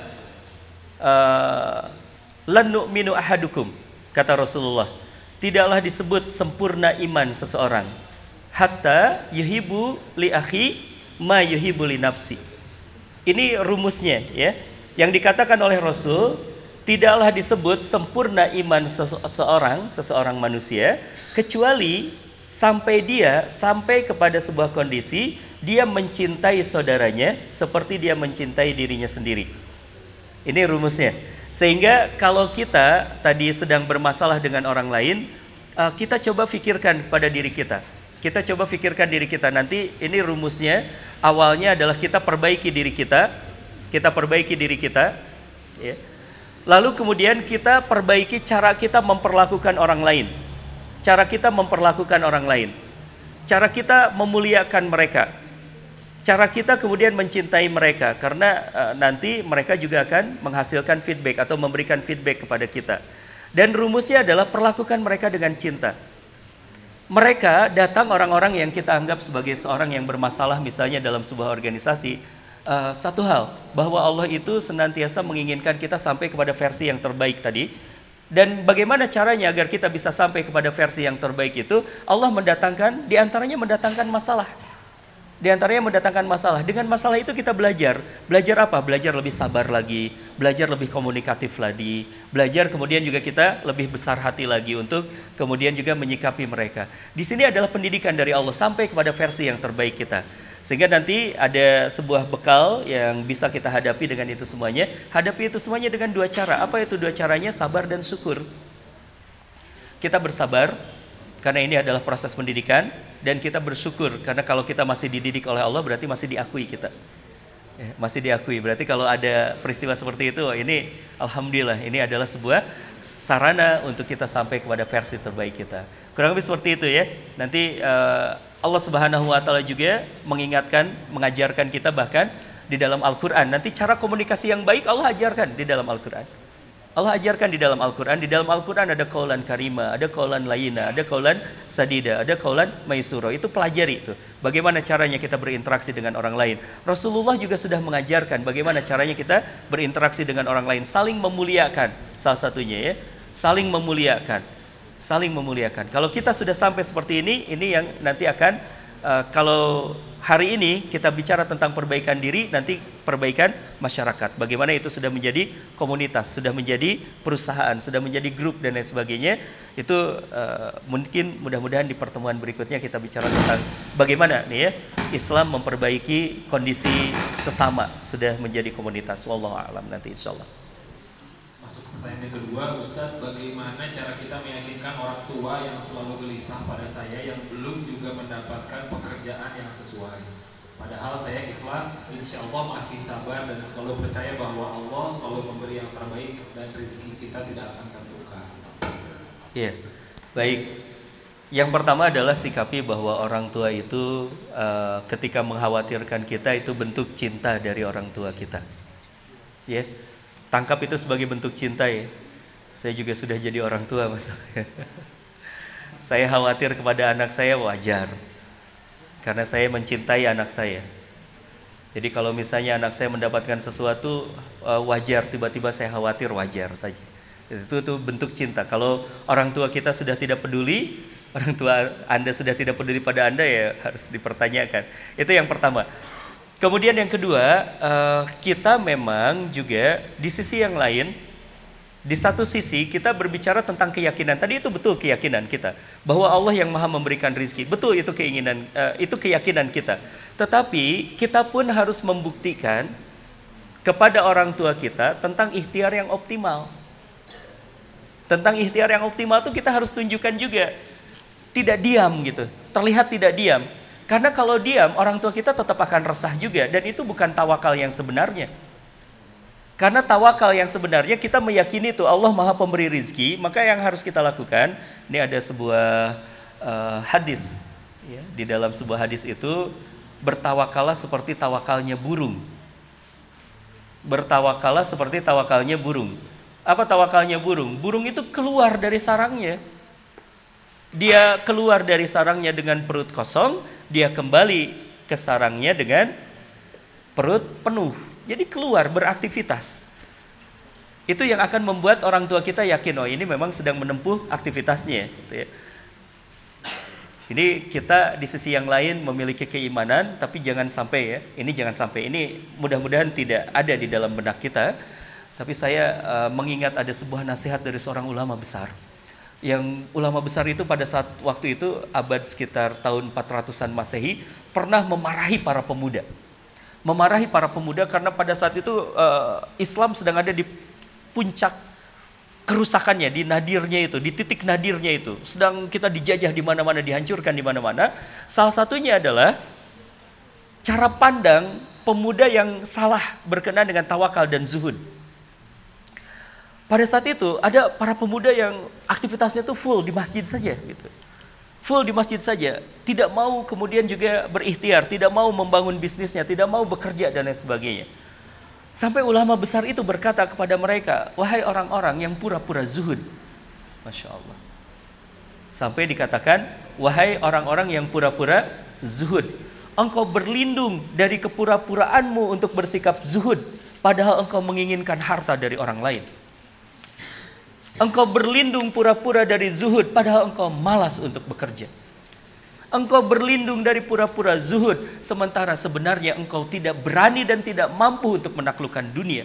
lan nu'minu ahadukum, kata Rasulullah, tidaklah disebut sempurna iman seseorang hatta yuhibbu li akhi ma yuhibbu li nafsi. Ini rumusnya ya. Yang dikatakan oleh Rasul, tidaklah disebut sempurna iman seseorang manusia kecuali sampai kepada sebuah kondisi dia mencintai saudaranya seperti dia mencintai dirinya sendiri. Ini rumusnya. Sehingga kalau kita tadi sedang bermasalah dengan orang lain, kita coba pikirkan pada diri kita. Kita coba pikirkan diri kita. Nanti ini rumusnya, awalnya adalah kita perbaiki diri kita. Kita perbaiki diri kita ya. Lalu kemudian kita perbaiki cara kita memperlakukan orang lain. Cara kita memperlakukan orang lain. Cara kita memuliakan mereka. Cara kita kemudian mencintai mereka, karena nanti mereka juga akan menghasilkan feedback atau memberikan feedback kepada kita. Dan rumusnya adalah perlakukan mereka dengan cinta. Mereka datang, orang-orang yang kita anggap sebagai seorang yang bermasalah misalnya dalam sebuah organisasi, satu hal, bahwa Allah itu senantiasa menginginkan kita sampai kepada versi yang terbaik tadi. Dan bagaimana caranya agar kita bisa sampai kepada versi yang terbaik itu? Allah mendatangkan, diantaranya mendatangkan masalah. Dengan masalah itu kita belajar apa? Belajar lebih sabar lagi, belajar lebih komunikatif lagi, belajar kemudian juga kita lebih besar hati lagi untuk kemudian juga menyikapi mereka. Di sini adalah pendidikan dari Allah sampai kepada versi yang terbaik kita. Sehingga nanti ada sebuah bekal yang bisa kita hadapi dengan itu semuanya. Hadapi itu semuanya dengan dua cara. Apa itu dua caranya? Sabar dan syukur. Kita bersabar karena ini adalah proses pendidikan, dan kita bersyukur karena kalau kita masih dididik oleh Allah berarti masih diakui kita. Masih diakui. Berarti kalau ada peristiwa seperti itu, ini alhamdulillah, ini adalah sebuah sarana untuk kita sampai kepada versi terbaik kita. Kurang lebih seperti itu ya. Nanti Allah Subhanahu wa taala juga mengajarkan kita bahkan di dalam Al-Qur'an. Nanti cara komunikasi yang baik Allah ajarkan di dalam Al-Qur'an. Allah ajarkan di dalam Al-Quran. Di dalam Al-Quran ada qaulan karima, ada qaulan layina, ada qaulan sadida, ada qaulan maisura. Itu pelajari itu. Bagaimana caranya kita berinteraksi dengan orang lain. Rasulullah juga sudah mengajarkan bagaimana caranya kita berinteraksi dengan orang lain. Saling memuliakan, salah satunya ya. Saling memuliakan. Kalau kita sudah sampai seperti ini yang nanti akan kalau hari ini kita bicara tentang perbaikan diri, nanti perbaikan masyarakat. Bagaimana itu sudah menjadi komunitas, sudah menjadi perusahaan, sudah menjadi grup dan lain sebagainya. Itu mungkin mudah-mudahan di pertemuan berikutnya kita bicara tentang bagaimana nih ya Islam memperbaiki kondisi sesama sudah menjadi komunitas. Wallahu a'lam nanti insyaallah.
Pertanyaan yang kedua, Ustadz, bagaimana cara kita meyakinkan orang tua yang selalu gelisah pada saya yang belum juga mendapatkan pekerjaan yang sesuai? Padahal saya ikhlas, insya Allah masih sabar dan selalu percaya bahwa Allah selalu memberi yang terbaik dan rezeki kita tidak akan tertukar.
Iya, baik. Yang pertama adalah sikapi bahwa orang tua itu ketika mengkhawatirkan kita itu bentuk cinta dari orang tua kita. Ya. Tangkap itu sebagai bentuk cinta ya. Saya juga sudah jadi orang tua masalahnya. Saya khawatir kepada anak saya wajar. Karena saya mencintai anak saya. Jadi kalau misalnya anak saya mendapatkan sesuatu wajar, tiba-tiba saya khawatir, wajar saja. Itu bentuk cinta. Kalau orang tua kita sudah tidak peduli, orang tua Anda sudah tidak peduli pada Anda, ya harus dipertanyakan. Itu yang pertama. Kemudian yang kedua, kita memang juga di sisi yang lain, di satu sisi kita berbicara tentang keyakinan. Tadi itu betul keyakinan kita bahwa Allah yang Maha memberikan rizki. Betul itu keinginan, itu keyakinan kita. Tetapi kita pun harus membuktikan kepada orang tua kita tentang ikhtiar yang optimal. Tentang ikhtiar yang optimal itu kita harus tunjukkan juga. Tidak diam gitu, terlihat tidak diam. Karena kalau diam, orang tua kita tetap akan resah juga. Dan itu bukan tawakal yang sebenarnya. Karena tawakal yang sebenarnya kita meyakini itu Allah Maha Pemberi rizki. Maka yang harus kita lakukan, ini ada sebuah hadis ya, di dalam sebuah hadis itu, bertawakallah seperti tawakalnya burung. Bertawakallah seperti tawakalnya burung. Apa tawakalnya burung? Burung itu keluar dari sarangnya. Dia keluar dari sarangnya dengan perut kosong, dia kembali ke sarangnya dengan perut penuh. Jadi keluar beraktivitas. Itu yang akan membuat orang tua kita yakin, oh ini memang sedang menempuh aktivitasnya. Ini kita di sisi yang lain memiliki keimanan, tapi jangan sampai ya. Ini jangan sampai. Ini mudah-mudahan tidak ada di dalam benak kita. Tapi saya mengingat ada sebuah nasihat dari seorang ulama besar. Yang ulama besar itu pada saat waktu itu abad sekitar tahun 400-an Masehi pernah memarahi para pemuda. Memarahi para pemuda karena pada saat itu Islam sedang ada di puncak kerusakannya, di nadirnya itu, di titik nadirnya itu. Sedang kita dijajah di mana-mana, dihancurkan di mana-mana. Salah satunya adalah cara pandang pemuda yang salah berkenaan dengan tawakal dan zuhud. Pada saat itu ada para pemuda yang aktivitasnya itu full di masjid saja gitu. Full di masjid saja, tidak mau kemudian juga berikhtiar, tidak mau membangun bisnisnya, tidak mau bekerja dan lain sebagainya. Sampai ulama besar itu berkata kepada mereka, wahai orang-orang yang pura-pura zuhud. Masya Allah. Sampai dikatakan, wahai orang-orang yang pura-pura zuhud, engkau berlindung dari kepura-puraanmu untuk bersikap zuhud, padahal engkau menginginkan harta dari orang lain. Engkau berlindung pura-pura dari zuhud, padahal engkau malas untuk bekerja. Engkau berlindung dari pura-pura zuhud, sementara sebenarnya engkau tidak berani dan tidak mampu untuk menaklukkan dunia.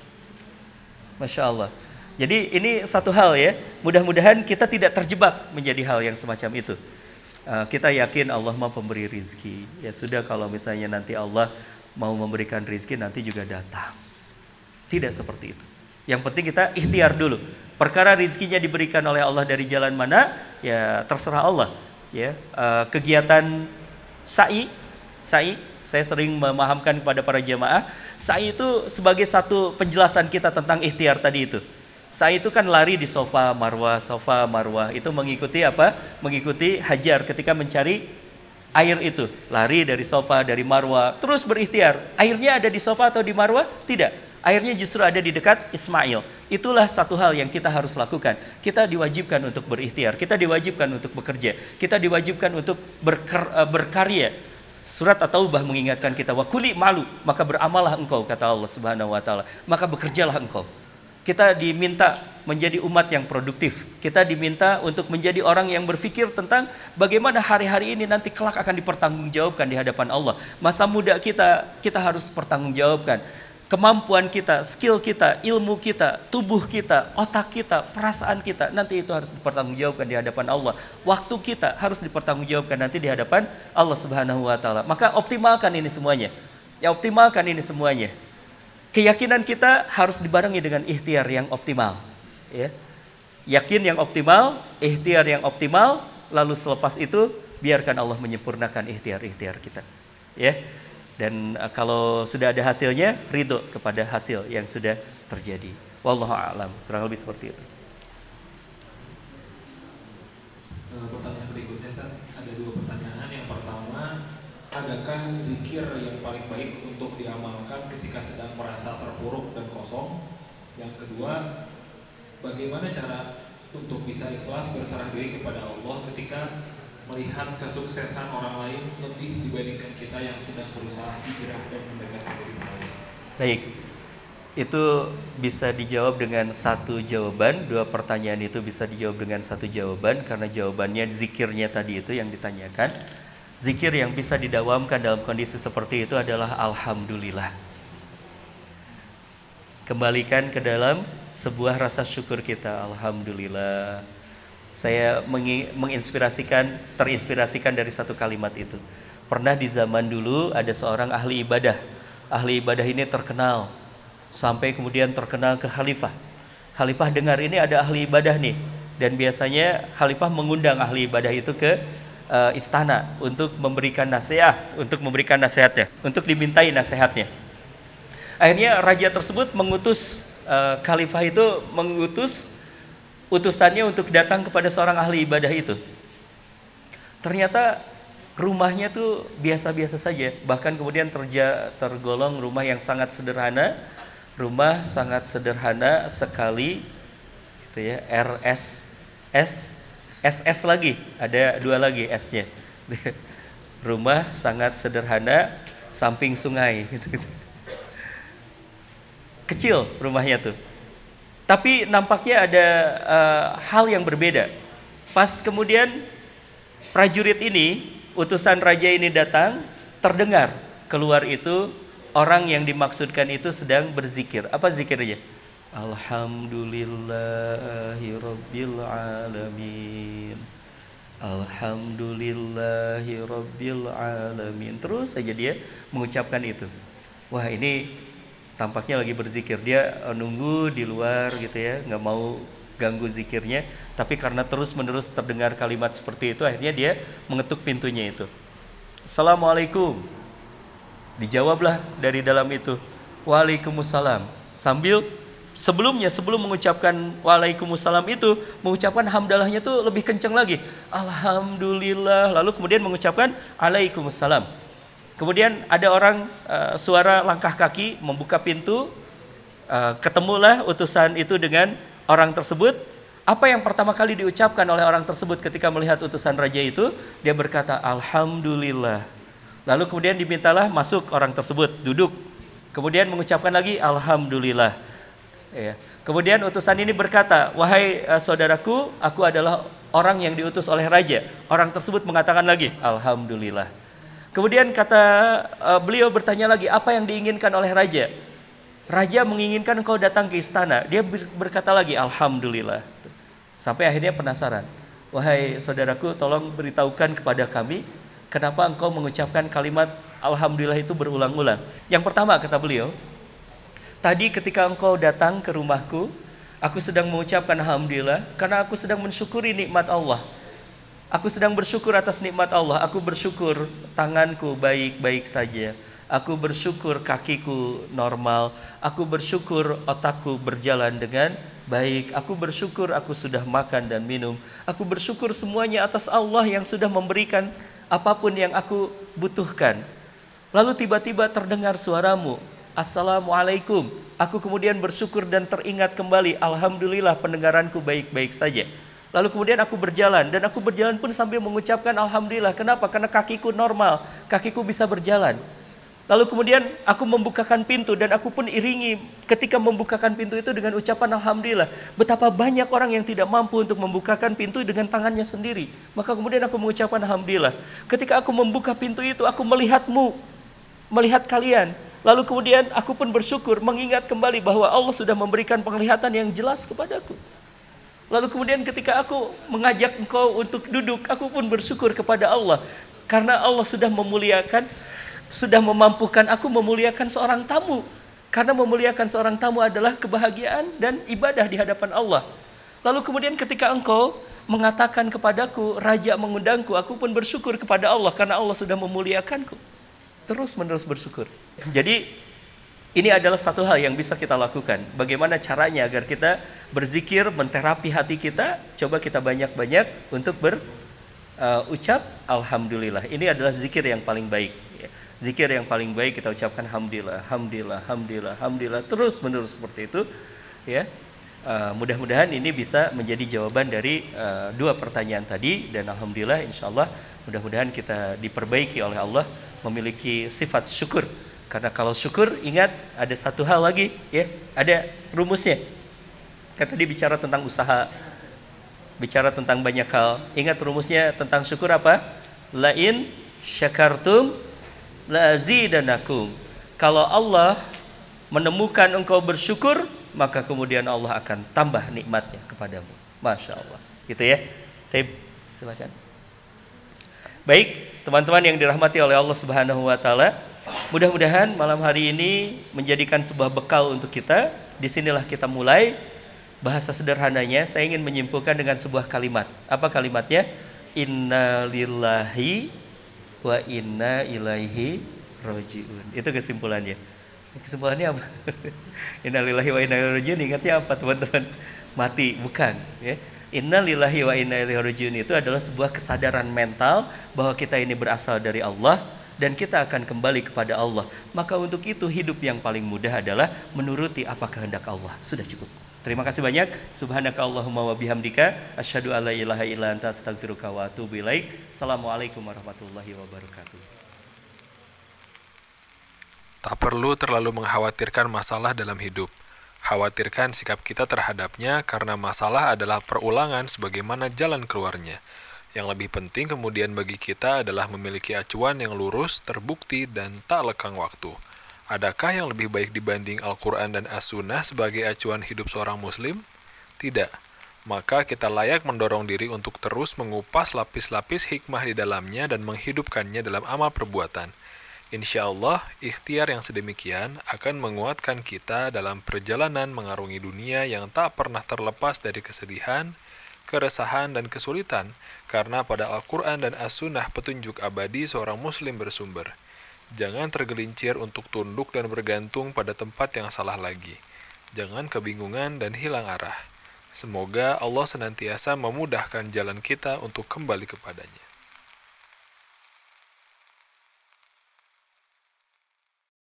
Masya Allah. Jadi ini satu hal ya, mudah-mudahan kita tidak terjebak menjadi hal yang semacam itu. Kita yakin Allah mau pemberi rizki. Ya sudah, kalau misalnya nanti Allah mau memberikan rizki, nanti juga datang. Tidak seperti itu. Yang penting kita ikhtiar dulu. Perkara rizkinya diberikan oleh Allah dari jalan mana, ya terserah Allah. Ya, kegiatan sa'i, saya sering memahamkan kepada para jamaah, sa'i itu sebagai satu penjelasan kita tentang ikhtiar tadi itu. Sa'i itu kan lari di sofa marwah, itu mengikuti apa? Mengikuti hajar ketika mencari air itu, lari dari sofa, dari marwah, terus berikhtiar. Airnya ada di sofa atau di marwah? Tidak. Airnya justru ada di dekat Ismail. Itulah satu hal yang kita harus lakukan. Kita diwajibkan untuk berikhtiar, kita diwajibkan untuk bekerja, kita diwajibkan untuk berkarya. Surat At-Taubah mengingatkan kita, wa kuli malu, maka beramallah engkau, kata Allah Subhanahu wa taala. Maka bekerjalah engkau. Kita diminta menjadi umat yang produktif. Kita diminta untuk menjadi orang yang berpikir tentang bagaimana hari-hari ini nanti kelak akan dipertanggungjawabkan di hadapan Allah. Masa muda kita harus pertanggungjawabkan. Kemampuan kita, skill kita, ilmu kita, tubuh kita, otak kita, perasaan kita, nanti itu harus dipertanggungjawabkan di hadapan Allah. Waktu kita harus dipertanggungjawabkan nanti di hadapan Allah Subhanahu wa taala. Maka optimalkan ini semuanya. Ya, optimalkan ini semuanya. Keyakinan kita harus dibarengi dengan ikhtiar yang optimal, ya. Yakin yang optimal, ikhtiar yang optimal, lalu selepas itu biarkan Allah menyempurnakan ikhtiar-ikhtiar kita, ya. Dan kalau sudah ada hasilnya, ridho kepada hasil yang sudah terjadi. Wallahu a'lam. Kurang lebih seperti itu.
Pertanyaan berikutnya. zikir yang paling baik untuk diamalkan ketika sedang merasa terpuruk dan kosong? Yang kedua, bagaimana cara untuk bisa ikhlas berserah diri kepada Allah ketika melihat kesuksesan orang lain lebih dibandingkan kita yang sedang berusaha hijrah dan mendekatkan diri Allah?
Baik, itu bisa dijawab dengan satu jawaban. Dua pertanyaan itu bisa dijawab dengan satu jawaban, karena jawabannya zikirnya tadi itu yang ditanyakan. Zikir yang bisa didawamkan dalam kondisi seperti itu adalah alhamdulillah. Kembalikan ke dalam sebuah rasa syukur kita. Alhamdulillah. Saya terinspirasikan dari satu kalimat itu. Pernah di zaman dulu ada seorang ahli ibadah. Ahli ibadah ini terkenal, sampai kemudian terkenal ke khalifah. Khalifah dengar ini ada ahli ibadah nih, dan biasanya khalifah mengundang ahli ibadah itu ke istana untuk memberikan nasihat, untuk dimintai nasihatnya. Akhirnya raja tersebut mengutus khalifah itu mengutus utusannya untuk datang kepada seorang ahli ibadah itu. Ternyata rumahnya tuh biasa-biasa saja, bahkan kemudian tergolong rumah yang sangat sederhana, sekali, gitu ya, SS lagi, ada dua lagi S-nya. Rumah sangat sederhana, samping sungai, gitu. Kecil rumahnya tuh. Tapi nampaknya ada hal yang berbeda. Pas kemudian prajurit ini, utusan raja ini datang, terdengar keluar itu orang yang dimaksudkan itu sedang berzikir. Apa zikirnya? Alhamdulillahirabbil alamin. Alhamdulillahirabbil alamin. Terus saja dia mengucapkan itu. Wah, ini tampaknya lagi berzikir. Dia nunggu di luar gitu ya, nggak mau ganggu zikirnya. Tapi karena terus-menerus terdengar kalimat seperti itu, akhirnya dia mengetuk pintunya itu. Assalamualaikum. Dijawablah dari dalam itu, Waalaikumsalam. Sebelum mengucapkan Waalaikumsalam itu, mengucapkan hamdalahnya tuh lebih kencang lagi. Alhamdulillah. Lalu kemudian mengucapkan Waalaikumsalam. Kemudian ada orang, suara langkah kaki membuka pintu, ketemulah utusan itu dengan orang tersebut. Apa yang pertama kali diucapkan oleh orang tersebut ketika melihat utusan raja itu? Dia berkata Alhamdulillah. Lalu kemudian dimintalah masuk orang tersebut, duduk. Kemudian mengucapkan lagi Alhamdulillah. Ya. Kemudian utusan ini berkata, wahai saudaraku, aku adalah orang yang diutus oleh raja. Orang tersebut mengatakan lagi Alhamdulillah. Kemudian beliau bertanya lagi, apa yang diinginkan oleh raja? Raja menginginkan engkau datang ke istana. Dia berkata lagi Alhamdulillah. Sampai akhirnya penasaran. Wahai saudaraku, tolong beritahukan kepada kami, kenapa engkau mengucapkan kalimat Alhamdulillah itu berulang-ulang? Yang pertama, kata beliau, tadi ketika engkau datang ke rumahku, aku sedang mengucapkan Alhamdulillah karena aku sedang mensyukuri nikmat Allah. Aku sedang bersyukur atas nikmat Allah. Aku bersyukur tanganku baik-baik saja. Aku bersyukur kakiku normal. Aku bersyukur otakku berjalan dengan baik. Aku bersyukur aku sudah makan dan minum. Aku bersyukur semuanya atas Allah yang sudah memberikan apapun yang aku butuhkan. Lalu tiba-tiba terdengar suaramu, Assalamualaikum. Aku kemudian bersyukur dan teringat kembali, Alhamdulillah pendengaranku baik-baik saja. Lalu kemudian aku berjalan, dan aku berjalan pun sambil mengucapkan Alhamdulillah. Kenapa? Karena kakiku normal, kakiku bisa berjalan. Lalu kemudian aku membukakan pintu, dan aku pun iringi ketika membukakan pintu itu dengan ucapan Alhamdulillah. Betapa banyak orang yang tidak mampu untuk membukakan pintu dengan tangannya sendiri. Maka kemudian aku mengucapkan Alhamdulillah. Ketika aku membuka pintu itu, aku melihatmu, melihat kalian. Lalu kemudian aku pun bersyukur, mengingat kembali bahwa Allah sudah memberikan penglihatan yang jelas kepadaku. Lalu kemudian ketika aku mengajak engkau untuk duduk, aku pun bersyukur kepada Allah. Karena Allah sudah memuliakan, sudah memampukan aku memuliakan seorang tamu. Karena memuliakan seorang tamu adalah kebahagiaan dan ibadah di hadapan Allah. Lalu kemudian ketika engkau mengatakan kepadaku, raja mengundangku, aku pun bersyukur kepada Allah karena Allah sudah memuliakanku. Terus menerus bersyukur. Jadi ini adalah satu hal yang bisa kita lakukan. Bagaimana caranya agar kita berzikir, menterapi hati kita? Coba kita banyak-banyak untuk berucap Alhamdulillah. Ini adalah zikir yang paling baik. ya. Zikir yang paling baik kita ucapkan alhamdulillah, alhamdulillah, alhamdulillah, alhamdulillah, terus menerus seperti itu ya. Mudah-mudahan ini bisa menjadi jawaban dari dua pertanyaan tadi, dan alhamdulillah insyaallah mudah-mudahan kita diperbaiki oleh Allah memiliki sifat syukur. Karena kalau syukur, ingat ada satu hal lagi ya, ada rumusnya. Kan tadi bicara tentang usaha, bicara tentang banyak hal. Ingat rumusnya tentang syukur apa? Lain syakartum la azidanakum. Kalau Allah menemukan engkau bersyukur, maka kemudian Allah akan tambah nikmatnya kepadamu. Masya Allah. Gitu ya. Silakan. Baik, teman-teman yang dirahmati oleh Allah Subhanahu wa taala, mudah-mudahan malam hari ini menjadikan sebuah bekal untuk kita. Disinilah kita mulai. Bahasa sederhananya, saya ingin menyimpulkan dengan sebuah kalimat. Apa kalimatnya? Inna lillahi wa inna ilaihi roji'un. Itu kesimpulannya. Kesimpulannya apa? Inna lillahi wa inna ilaihi roji'un. Ingatnya apa teman-teman? Mati, bukan ya. Inna lillahi wa inna ilaihi roji'un itu adalah sebuah kesadaran mental bahwa kita ini berasal dari Allah dan kita akan kembali kepada Allah. Maka untuk itu hidup yang paling mudah adalah menuruti apa kehendak Allah. Sudah cukup. Terima kasih banyak. Subhanakallahumma wa bihamdika asyhadu alla ilaha illa anta astaghfiruka wa atubu ilaik. Assalamualaikum warahmatullahi wabarakatuh.
Tak perlu terlalu mengkhawatirkan masalah dalam hidup. Khawatirkan sikap kita terhadapnya karena masalah adalah perulangan sebagaimana jalan keluarnya. Yang lebih penting kemudian bagi kita adalah memiliki acuan yang lurus, terbukti, dan tak lekang waktu. Adakah yang lebih baik dibanding Al-Quran dan As-Sunnah sebagai acuan hidup seorang muslim? Tidak. Maka kita layak mendorong diri untuk terus mengupas lapis-lapis hikmah di dalamnya dan menghidupkannya dalam amal perbuatan. Insya Allah, ikhtiar yang sedemikian akan menguatkan kita dalam perjalanan mengarungi dunia yang tak pernah terlepas dari kesedihan, keresahan, dan kesulitan, karena pada Al-Quran dan As-Sunnah petunjuk abadi seorang muslim bersumber. Jangan tergelincir untuk tunduk dan bergantung pada tempat yang salah lagi. Jangan kebingungan dan hilang arah. Semoga Allah senantiasa memudahkan jalan kita untuk kembali kepadanya.